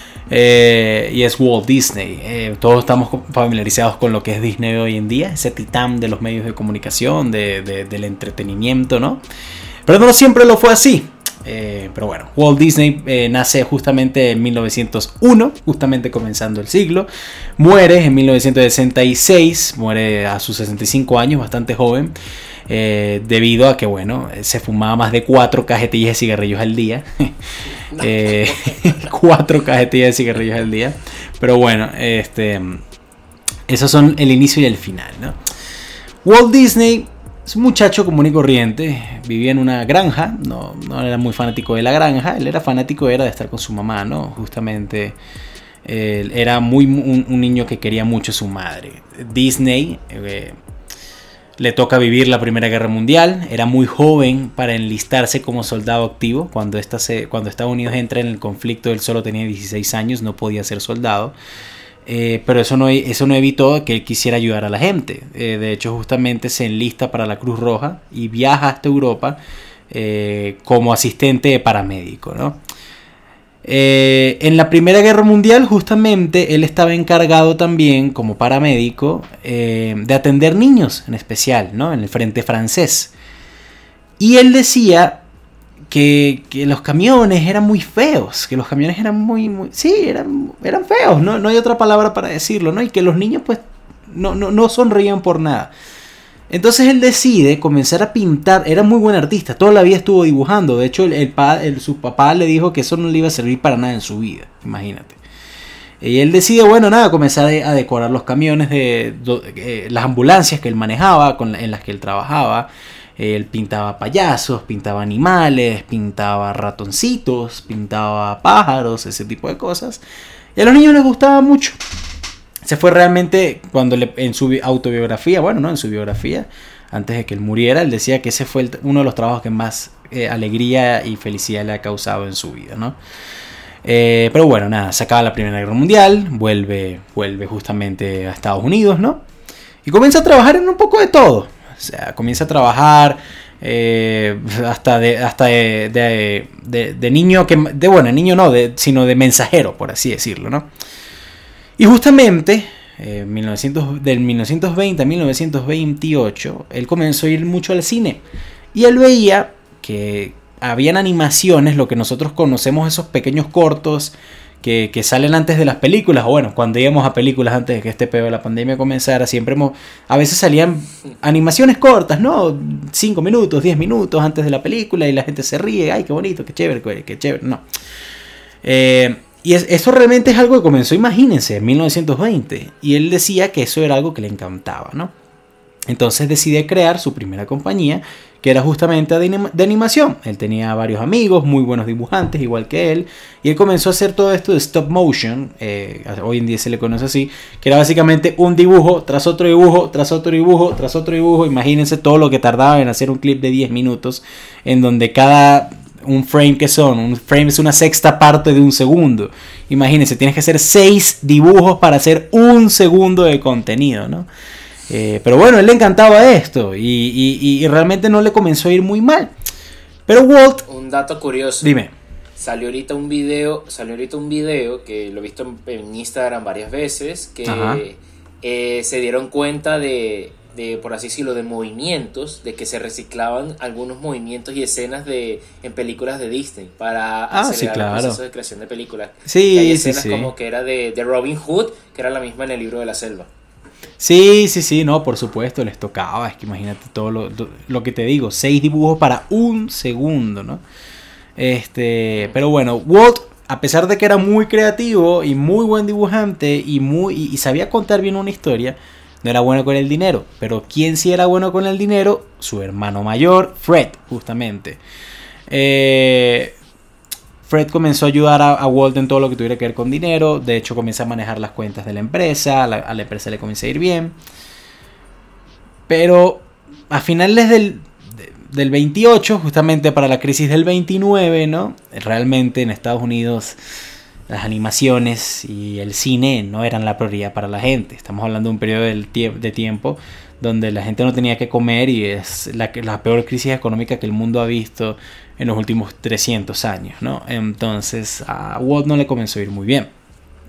Eh, y es Walt Disney. Eh, todos estamos familiarizados con lo que es Disney hoy en día, ese titán de los medios de comunicación, de, de, del entretenimiento, ¿no? Pero no siempre lo fue así. Eh, pero bueno, Walt Disney eh, nace justamente en mil novecientos uno, justamente comenzando el siglo. Muere en mil novecientos sesenta y seis, muere a sus sesenta y cinco años, bastante joven. Eh, debido a que, bueno, se fumaba más de cuatro cajetillas de cigarrillos al día. eh, cuatro cajetillas de cigarrillos al día. Pero bueno, este, esos son el inicio y el final, ¿no? Walt Disney es un muchacho común y corriente, vivía en una granja, no, no era muy fanático de la granja, él era fanático era de estar con su mamá, ¿no? Justamente él era muy un, un niño que quería mucho a su madre. Disney eh, le toca vivir la Primera Guerra Mundial, era muy joven para enlistarse como soldado activo. Cuando, esta se, cuando Estados Unidos entra en el conflicto, él solo tenía dieciséis años, no podía ser soldado. Eh, pero eso no, eso no evitó que él quisiera ayudar a la gente. Eh, de hecho, justamente se enlista para la Cruz Roja y viaja hasta Europa eh, como asistente paramédico, ¿no? Eh, en la Primera Guerra Mundial, justamente, él estaba encargado también, como paramédico, eh, de atender niños en especial, ¿no? En el frente francés. Y él decía que, que los camiones eran muy feos, que los camiones eran muy, muy sí, eran, eran feos, ¿no? No hay otra palabra para decirlo, ¿no? Y que los niños, pues, no, no, no sonreían por nada. Entonces él decide comenzar a pintar. Era muy buen artista, toda la vida estuvo dibujando. De hecho, el, el, el, su papá le dijo que eso no le iba a servir para nada en su vida, imagínate. Y él decide, bueno, nada, comenzar a decorar los camiones, de, de, de las ambulancias que él manejaba, con, en las que él trabajaba. Él pintaba payasos, pintaba animales, pintaba ratoncitos, pintaba pájaros, ese tipo de cosas. Y a los niños les gustaba mucho. Se fue realmente cuando le, en su autobiografía, bueno, no, en su biografía, antes de que él muriera, él decía que ese fue el, uno de los trabajos que más eh, alegría y felicidad le ha causado en su vida, ¿no? Eh, pero bueno, nada, se acaba la Primera Guerra Mundial, vuelve, vuelve justamente a Estados Unidos, ¿no? Y comienza a trabajar en un poco de todo. O sea, comienza a trabajar eh, hasta de hasta de, de, de, de niño, que de bueno, niño no, de, sino de mensajero, por así decirlo, ¿no? Y justamente, eh, mil novecientos, del mil novecientos veinte a mil novecientos veintiocho, él comenzó a ir mucho al cine. Y él veía que habían animaciones, lo que nosotros conocemos, esos pequeños cortos que, que salen antes de las películas. O bueno, cuando íbamos a películas antes de que este pedo de la pandemia comenzara, siempre hemos, a veces salían animaciones cortas, ¿no? cinco minutos, diez minutos antes de la película y la gente se ríe. ¡Ay, qué bonito, qué chévere, qué chévere! No. Eh... Y es, eso realmente es algo que comenzó, imagínense, en mil novecientos veinte. Y él decía que eso era algo que le encantaba, ¿no? Entonces decide crear su primera compañía, que era justamente de, anima, de animación. Él tenía varios amigos, muy buenos dibujantes, igual que él. Y él comenzó a hacer todo esto de stop motion, eh, hoy en día se le conoce así, que era básicamente un dibujo, tras otro dibujo, tras otro dibujo, tras otro dibujo. Imagínense todo lo que tardaba en hacer un clip de diez minutos, en donde cada... un frame que son, un frame es una sexta parte de un segundo. Imagínense, tienes que hacer seis dibujos para hacer un segundo de contenido, ¿no? Eh, pero bueno, él le encantaba esto y, y, y realmente no le comenzó a ir muy mal. Pero Walt... Un dato curioso. Dime. Salió ahorita un video, salió ahorita un video que lo he visto en, en Instagram varias veces, que eh, se dieron cuenta de de, por así decirlo, de movimientos, de que se reciclaban algunos movimientos y escenas de en películas de Disney para Ah, sí, acelerar claro. el proceso de creación de películas. Sí, Y hay sí, escenas sí. como que era de, de Robin Hood, que era la misma en el libro de la selva. Sí, sí, sí, no, por supuesto, les tocaba. Es que imagínate todo lo, lo que te digo, seis dibujos para un segundo, ¿no? Este, pero bueno, Walt, a pesar de que era muy creativo y muy buen dibujante y, muy, y, y sabía contar bien una historia, no era bueno con el dinero. Pero ¿quién sí era bueno con el dinero? Su hermano mayor, Fred, justamente. Eh, Fred comenzó a ayudar a, a Walt en todo lo que tuviera que ver con dinero. De hecho, comienza a manejar las cuentas de la empresa. A la, a la empresa le comienza a ir bien. Pero a finales del, de, del veintiocho, justamente para la crisis del veintinueve, ¿no? Realmente en Estados Unidos las animaciones y el cine no eran la prioridad para la gente. Estamos hablando de un periodo del tie- de tiempo donde la gente no tenía que comer y es la, la peor crisis económica que el mundo ha visto en los últimos trescientos años, ¿no? Entonces a Walt no le comenzó a ir muy bien.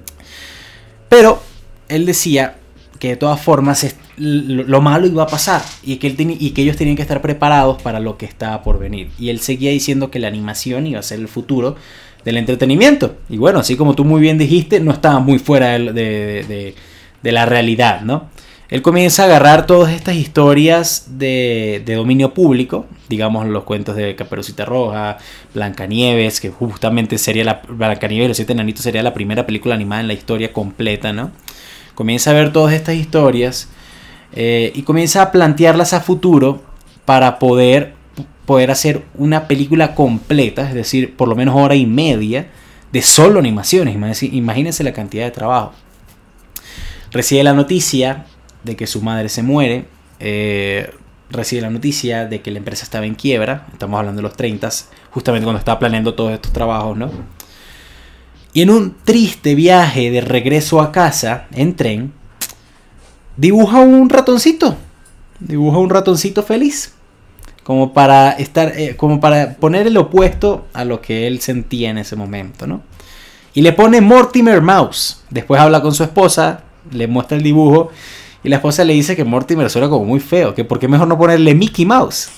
Pero él decía que de todas formas es, lo, lo malo iba a pasar y que, él ten, y que ellos tenían que estar preparados para lo que estaba por venir. Y él seguía diciendo que la animación iba a ser el futuro del entretenimiento. Y bueno, así como tú muy bien dijiste, no estaba muy fuera de, de, de, de la realidad, ¿no? Él comienza a agarrar todas estas historias de, de dominio público, digamos los cuentos de Caperucita Roja, Blancanieves, que justamente sería la Blancanieves y los siete enanitos sería la primera película animada en la historia completa, ¿no? Comienza a ver todas estas historias eh, y comienza a plantearlas a futuro para poder, poder hacer una película completa, es decir, por lo menos hora y media de solo animaciones. Imagínense la cantidad de trabajo. Recibe la noticia de que su madre se muere, eh, recibe la noticia de que la empresa estaba en quiebra, estamos hablando de los treinta, justamente cuando estaba planeando todos estos trabajos, ¿no? Y en un triste viaje de regreso a casa, en tren, dibuja un ratoncito, dibuja un ratoncito feliz, como para, estar, eh, como para poner el opuesto a lo que él sentía en ese momento, ¿no? Y le pone Mortimer Mouse, después habla con su esposa, le muestra el dibujo, y la esposa le dice que Mortimer suena como muy feo, que por qué mejor no ponerle Mickey Mouse.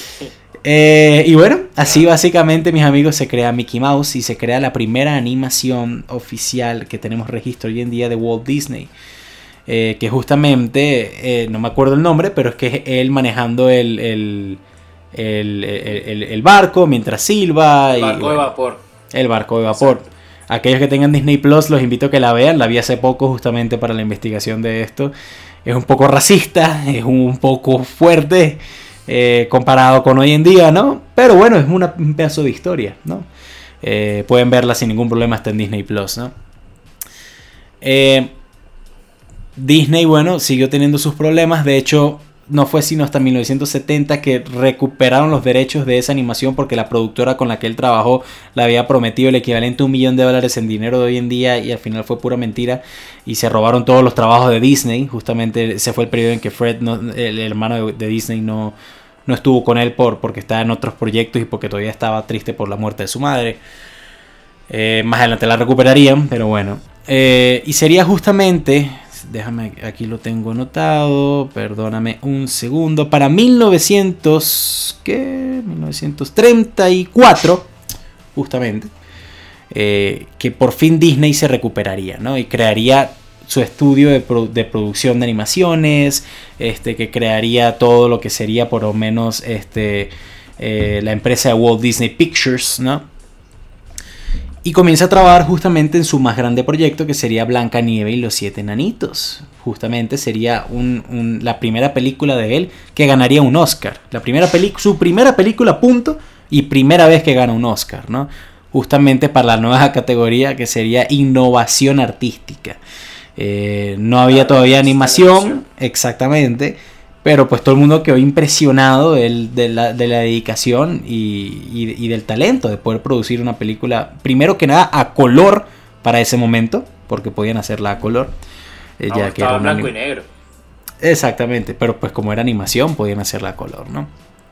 Eh, y bueno, así básicamente, mis amigos, se crea Mickey Mouse y se crea la primera animación oficial que tenemos registro hoy en día de Walt Disney. Eh, que justamente, eh, no me acuerdo el nombre, pero es que es él manejando el, el, el, el, el barco mientras silba. El barco y, bueno, de vapor. El barco de vapor. Exacto. Aquellos que tengan Disney Plus, los invito a que la vean. La vi hace poco justamente para la investigación de esto. Es un poco racista, es un poco fuerte eh, comparado con hoy en día, ¿no? Pero bueno, es una, un pedazo de historia, ¿no? Eh, pueden verla sin ningún problema, está en Disney Plus, ¿no? Eh, Disney, bueno, siguió teniendo sus problemas. De hecho, no fue sino hasta mil novecientos setenta que recuperaron los derechos de esa animación, porque la productora con la que él trabajó le había prometido el equivalente a un millón de dólares en dinero de hoy en día, y al final fue pura mentira y se robaron todos los trabajos de Disney. Justamente ese fue el periodo en que Fred, no, el hermano de, de Disney, no, no estuvo con él por, porque estaba en otros proyectos y porque todavía estaba triste por la muerte de su madre. Eh, más adelante la recuperarían, pero bueno. Eh, y sería justamente... Déjame, aquí lo tengo anotado, perdóname un segundo, para mil novecientos, ¿qué? mil novecientos treinta y cuatro, justamente, eh, que por fin Disney se recuperaría, ¿no? Y crearía su estudio de, pro, de producción de animaciones, este, que crearía todo lo que sería por lo menos este, eh, la empresa de Walt Disney Pictures, ¿no? Y comienza a trabajar justamente en su más grande proyecto, que sería Blancanieves y los siete enanitos. Justamente sería un, un, la primera película de él que ganaría un Oscar. La primera su primera película, punto, y primera vez que gana un Oscar, ¿no? Justamente para la nueva categoría que sería innovación artística. Eh, no había todavía animación, exactamente, pero pues todo el mundo quedó impresionado de, de, la, de la dedicación y, y, y del talento de poder producir una película, primero que nada a color para ese momento, porque podían hacerla a color. Eh, no, ya que era blanco anim... y negro. Exactamente, pero pues como era animación podían hacerla a color, ¿no?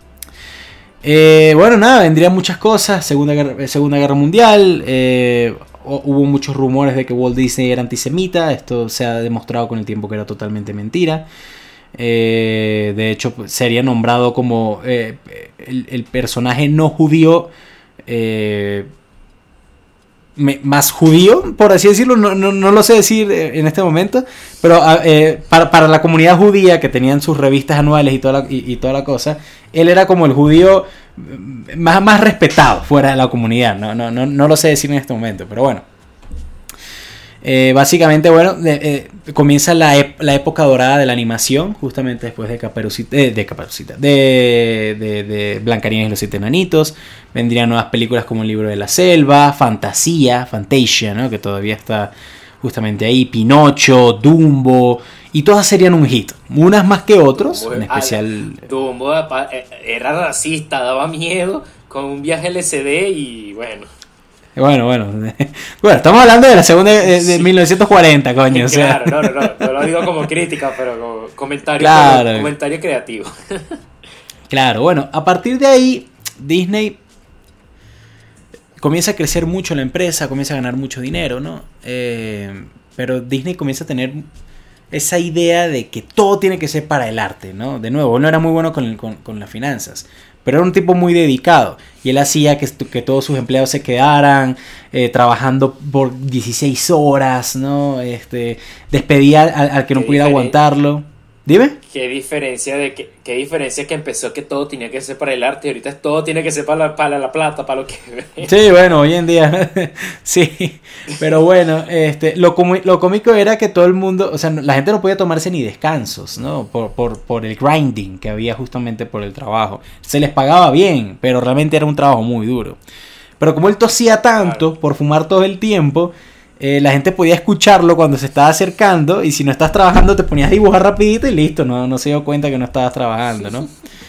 Eh, bueno, nada, vendrían muchas cosas. Segunda Guerra, Segunda Guerra Mundial. Eh, hubo muchos rumores de que Walt Disney era antisemita. Esto se ha demostrado con el tiempo que era totalmente mentira. Eh, de hecho, sería nombrado como eh, el, el personaje no judío eh, me, más judío, por así decirlo. No, no, no lo sé decir en este momento, pero eh, para, para la comunidad judía que tenían sus revistas anuales y toda la, y, y toda la cosa, él era como el judío más, más respetado fuera de la comunidad. No, no, no, no lo sé decir en este momento, pero bueno. Eh, básicamente, bueno, eh, eh, comienza la, ep- la época dorada de la animación, justamente después de Caperucita, eh, de Caperucita, de, de, de Blancanieves y los siete enanitos. Vendrían nuevas películas como El libro de la selva, Fantasía, Fantasia, ¿no? Que todavía está justamente ahí, Pinocho, Dumbo, y todas serían un hit, unas más que otros, Dumbo, en especial... ah, Dumbo era racista, daba miedo, con un viaje L S D y bueno... Bueno, bueno. Bueno, estamos hablando de la segunda de, de sí. mil novecientos cuarenta, coño. Claro, o sea. no, no, no, no lo digo como crítica, pero como comentario, Claro. como comentario creativo. Claro, bueno, a partir de ahí, Disney comienza a crecer mucho la empresa, comienza a ganar mucho dinero, ¿no? Eh, pero Disney comienza a tener esa idea de que todo tiene que ser para el arte, ¿no? De nuevo, él no era muy bueno con, con, con las finanzas, pero era un tipo muy dedicado y él hacía que, que todos sus empleados se quedaran eh, trabajando por dieciséis horas, ¿no? Este, despedía al, al que no pudiera aguantarlo. Dime. ¿Qué diferencia de que, qué diferencia que empezó que todo tenía que ser para el arte y ahorita todo tiene que ser para la, para la plata, para lo que... Sí, bueno, hoy en día sí, pero bueno, este, lo, comi- lo cómico era que todo el mundo, o sea, la gente no podía tomarse ni descansos, ¿no? Por, por, por el grinding que había justamente por el trabajo. Se les pagaba bien, pero realmente era un trabajo muy duro. Pero como él tosía tanto, claro, por fumar todo el tiempo, Eh, la gente podía escucharlo cuando se estaba acercando y si no estás trabajando te ponías a dibujar rapidito y listo, no, no se dio cuenta que no estabas trabajando, ¿no?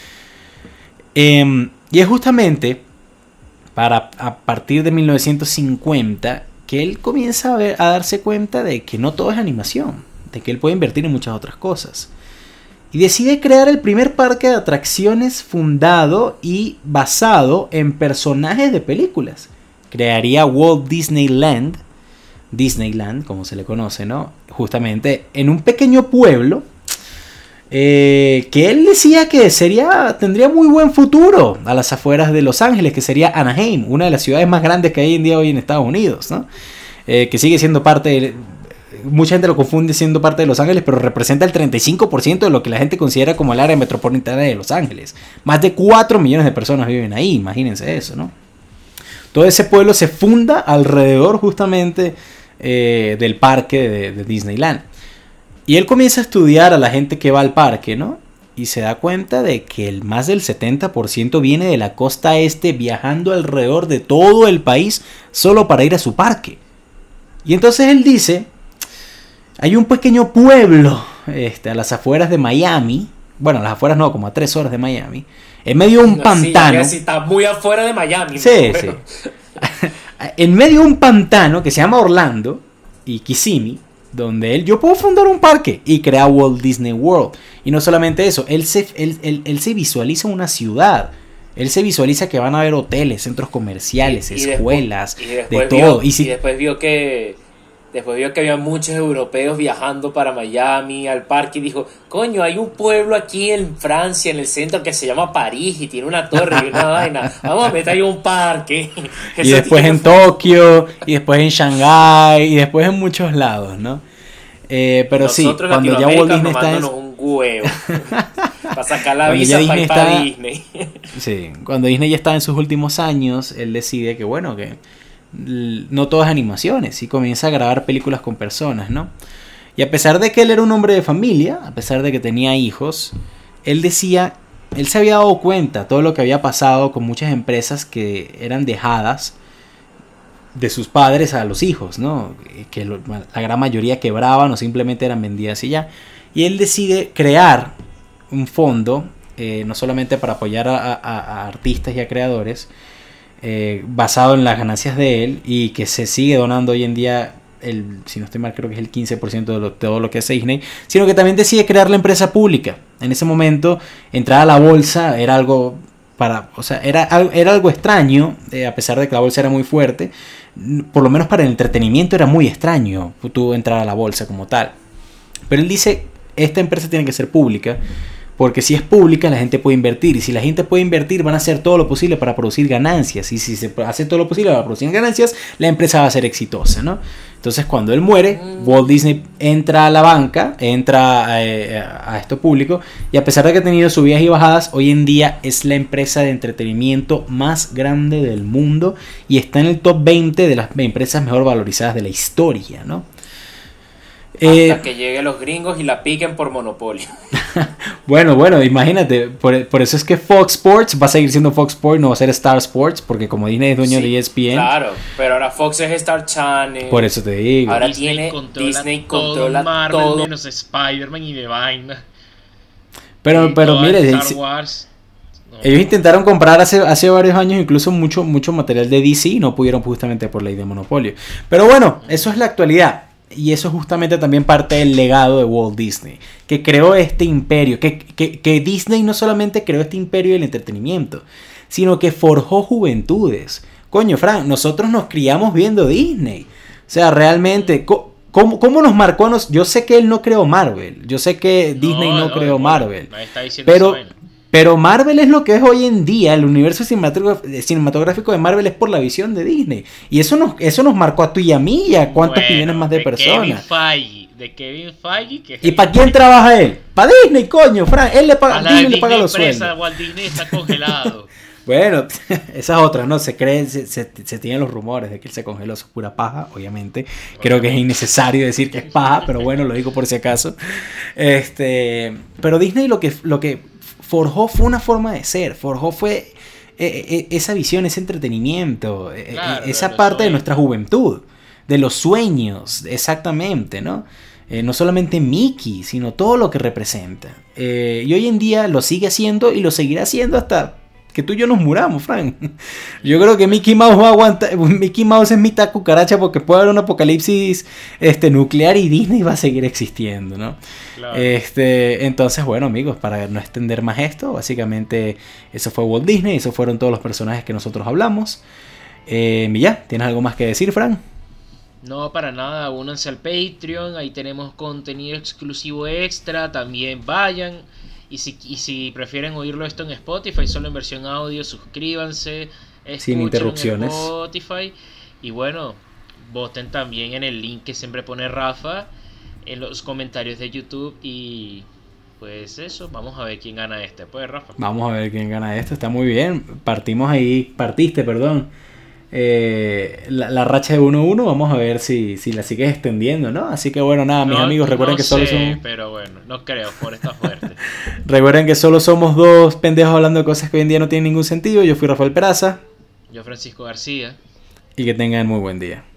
eh, y es justamente para a partir de mil novecientos cincuenta que él comienza a, ver, a darse cuenta de que no todo es animación, de que él puede invertir en muchas otras cosas. Y decide crear el primer parque de atracciones fundado y basado en personajes de películas. Crearía Walt Disneyland, Disneyland, como se le conoce, ¿no? Justamente en un pequeño pueblo eh, que él decía que sería, tendría muy buen futuro a las afueras de Los Ángeles, que sería Anaheim, una de las ciudades más grandes que hay en día hoy en Estados Unidos, ¿no? Eh, que sigue siendo parte de, mucha gente lo confunde siendo parte de Los Ángeles, pero representa el treinta y cinco por ciento de lo que la gente considera como el área metropolitana de Los Ángeles. Más de cuatro millones de personas viven ahí, imagínense eso, ¿no? Todo ese pueblo se funda alrededor justamente Eh, del parque de, de Disneyland. Y él comienza a estudiar a la gente que va al parque, ¿no? Y se da cuenta de que el más del setenta por ciento viene de la costa este viajando alrededor de todo el país solo para ir a su parque. Y entonces él dice, hay un pequeño pueblo este, a las afueras de Miami, bueno, a las afueras no, como a tres horas de Miami, en medio de un no, pantano. Sí, sí, está muy afuera de Miami. Sí, ¿no? sí. En medio de un pantano que se llama Orlando y Kissimmee, donde él, yo puedo fundar un parque y crear Walt Disney World. Y no solamente eso, él se, él, él, él se visualiza una ciudad. Él se visualiza que van a haber hoteles, centros comerciales, y, y escuelas, después, y después de vio, todo. Y, si, y después vio que después vio que había muchos europeos viajando para Miami, al parque, y dijo, coño, hay un pueblo aquí en Francia, en el centro, que se llama París, y tiene una torre y una vaina. Vamos a meter ahí un parque. Y después en Tokio, y después en Shanghái, y después en muchos lados, ¿no? Eh, pero Nosotros sí, cuando ya Walt Disney está en... un huevo para sacar la visa para ir para Disney. Sí, cuando Disney ya está en sus últimos años, él decide que, bueno, que no todas animaciones, y comienza a grabar películas con personas, ¿no? Y a pesar de que él era un hombre de familia, a pesar de que tenía hijos, él decía, él se había dado cuenta todo lo que había pasado con muchas empresas que eran dejadas de sus padres a los hijos, ¿no? Que lo, la gran mayoría quebraban o simplemente eran vendidas y ya. Y él decide crear un fondo, eh, no solamente para apoyar a, a, a artistas y a creadores, Eh, basado en las ganancias de él, y que se sigue donando hoy en día, el, si no estoy mal creo que es el quince por ciento de, lo, de todo lo que es Disney, sino que también decide crear la empresa pública. En ese momento entrar a la bolsa era algo para, o sea, era, era algo extraño, eh, a pesar de que la bolsa era muy fuerte, por lo menos para el entretenimiento era muy extraño tú entrar a la bolsa como tal. Pero él dice, esta empresa tiene que ser pública, porque si es pública la gente puede invertir, y si la gente puede invertir van a hacer todo lo posible para producir ganancias, y si se hace todo lo posible para producir ganancias, la empresa va a ser exitosa, ¿no? Entonces cuando él muere, Walt Disney entra a la banca, entra a, a, a esto público, y a pesar de que ha tenido subidas y bajadas, hoy en día es la empresa de entretenimiento más grande del mundo y está en el top veinte de las empresas mejor valorizadas de la historia, ¿no? Hasta eh, que lleguen los gringos y la piquen por monopolio. Bueno, bueno, imagínate, por, por eso es que Fox Sports va a seguir siendo Fox Sports, no va a ser Star Sports, porque como Disney es dueño sí, de E S P N. Claro, pero ahora Fox es Star Channel. Por eso te digo. Ahora Disney tiene controla Disney todo controla Marvel, todo. Menos Spider-Man y de vaina. Pero, y pero mire, Star dice, Wars. No. Ellos intentaron comprar hace, hace varios años incluso mucho, mucho material de D C y no pudieron justamente por ley de monopolio. Pero bueno, eso es la actualidad. Y eso es justamente también parte del legado de Walt Disney, que creó este imperio, que, que, que Disney no solamente creó este imperio del entretenimiento, sino que forjó juventudes. Coño, Frank, nosotros nos criamos viendo Disney. O sea, realmente, ¿cómo, cómo nos marcó? Nos, yo sé que él no creó Marvel, yo sé que Disney no, no, no creó Marvel, pero... Pero Marvel es lo que es hoy en día. El universo cinematográfico de Marvel es por la visión de Disney. Y eso nos, eso nos marcó a tú y a mí y a cuántos bueno, millones más de, de personas. Kevin Feige, de Kevin Feige. Que ¿Y para quién trabaja él? Para Disney, coño, Frank. Él le paga, Disney, Disney le paga los empresa, sueldos. Walt Disney está congelado. Bueno, esas otras, ¿no? Se creen, se, se, se tienen los rumores de que él se congeló. Eso es pura paja, obviamente. Creo obviamente. que es innecesario decir que es paja, pero bueno, lo digo por si acaso. Este, pero Disney lo que... Lo que forjó fue una forma de ser, forjó fue eh, eh, esa visión, ese entretenimiento, claro, eh, esa de parte sueños. de nuestra juventud, de los sueños, exactamente, ¿no? Eh, no solamente Mickey, sino todo lo que representa. Eh, y hoy en día lo sigue haciendo y lo seguirá haciendo hasta que tú y yo nos muramos, Frank. Yo creo que Mickey Mouse va a aguantar. Mickey Mouse es mitad cucaracha porque puede haber un apocalipsis este, nuclear y Disney va a seguir existiendo, ¿no? Claro. Este, entonces, bueno, amigos, para no extender más esto, básicamente eso fue Walt Disney, esos fueron todos los personajes que nosotros hablamos. Eh, y ya, ¿tienes algo más que decir, Frank? No, para nada, únanse al Patreon, ahí tenemos contenido exclusivo extra, también vayan. Y si, y si prefieren oírlo esto en Spotify, solo en versión audio, suscríbanse, sin interrupciones. En Spotify. Y bueno, voten también en el link que siempre pone Rafa en los comentarios de YouTube. Y pues eso, vamos a ver quién gana este. Pues Rafa. Vamos a ver quién gana esto, está muy bien. Partimos ahí, partiste, perdón. Eh, la, la racha de uno uno, vamos a ver si, si la sigues extendiendo, ¿no? Así que bueno, nada, mis no, amigos, recuerden no que solo sé, son... pero bueno, no creo, por esta fuerte. Recuerden que solo somos dos pendejos hablando de cosas que hoy en día no tienen ningún sentido. Yo fui Rafael Peraza. Yo Francisco García. Y que tengan muy buen día.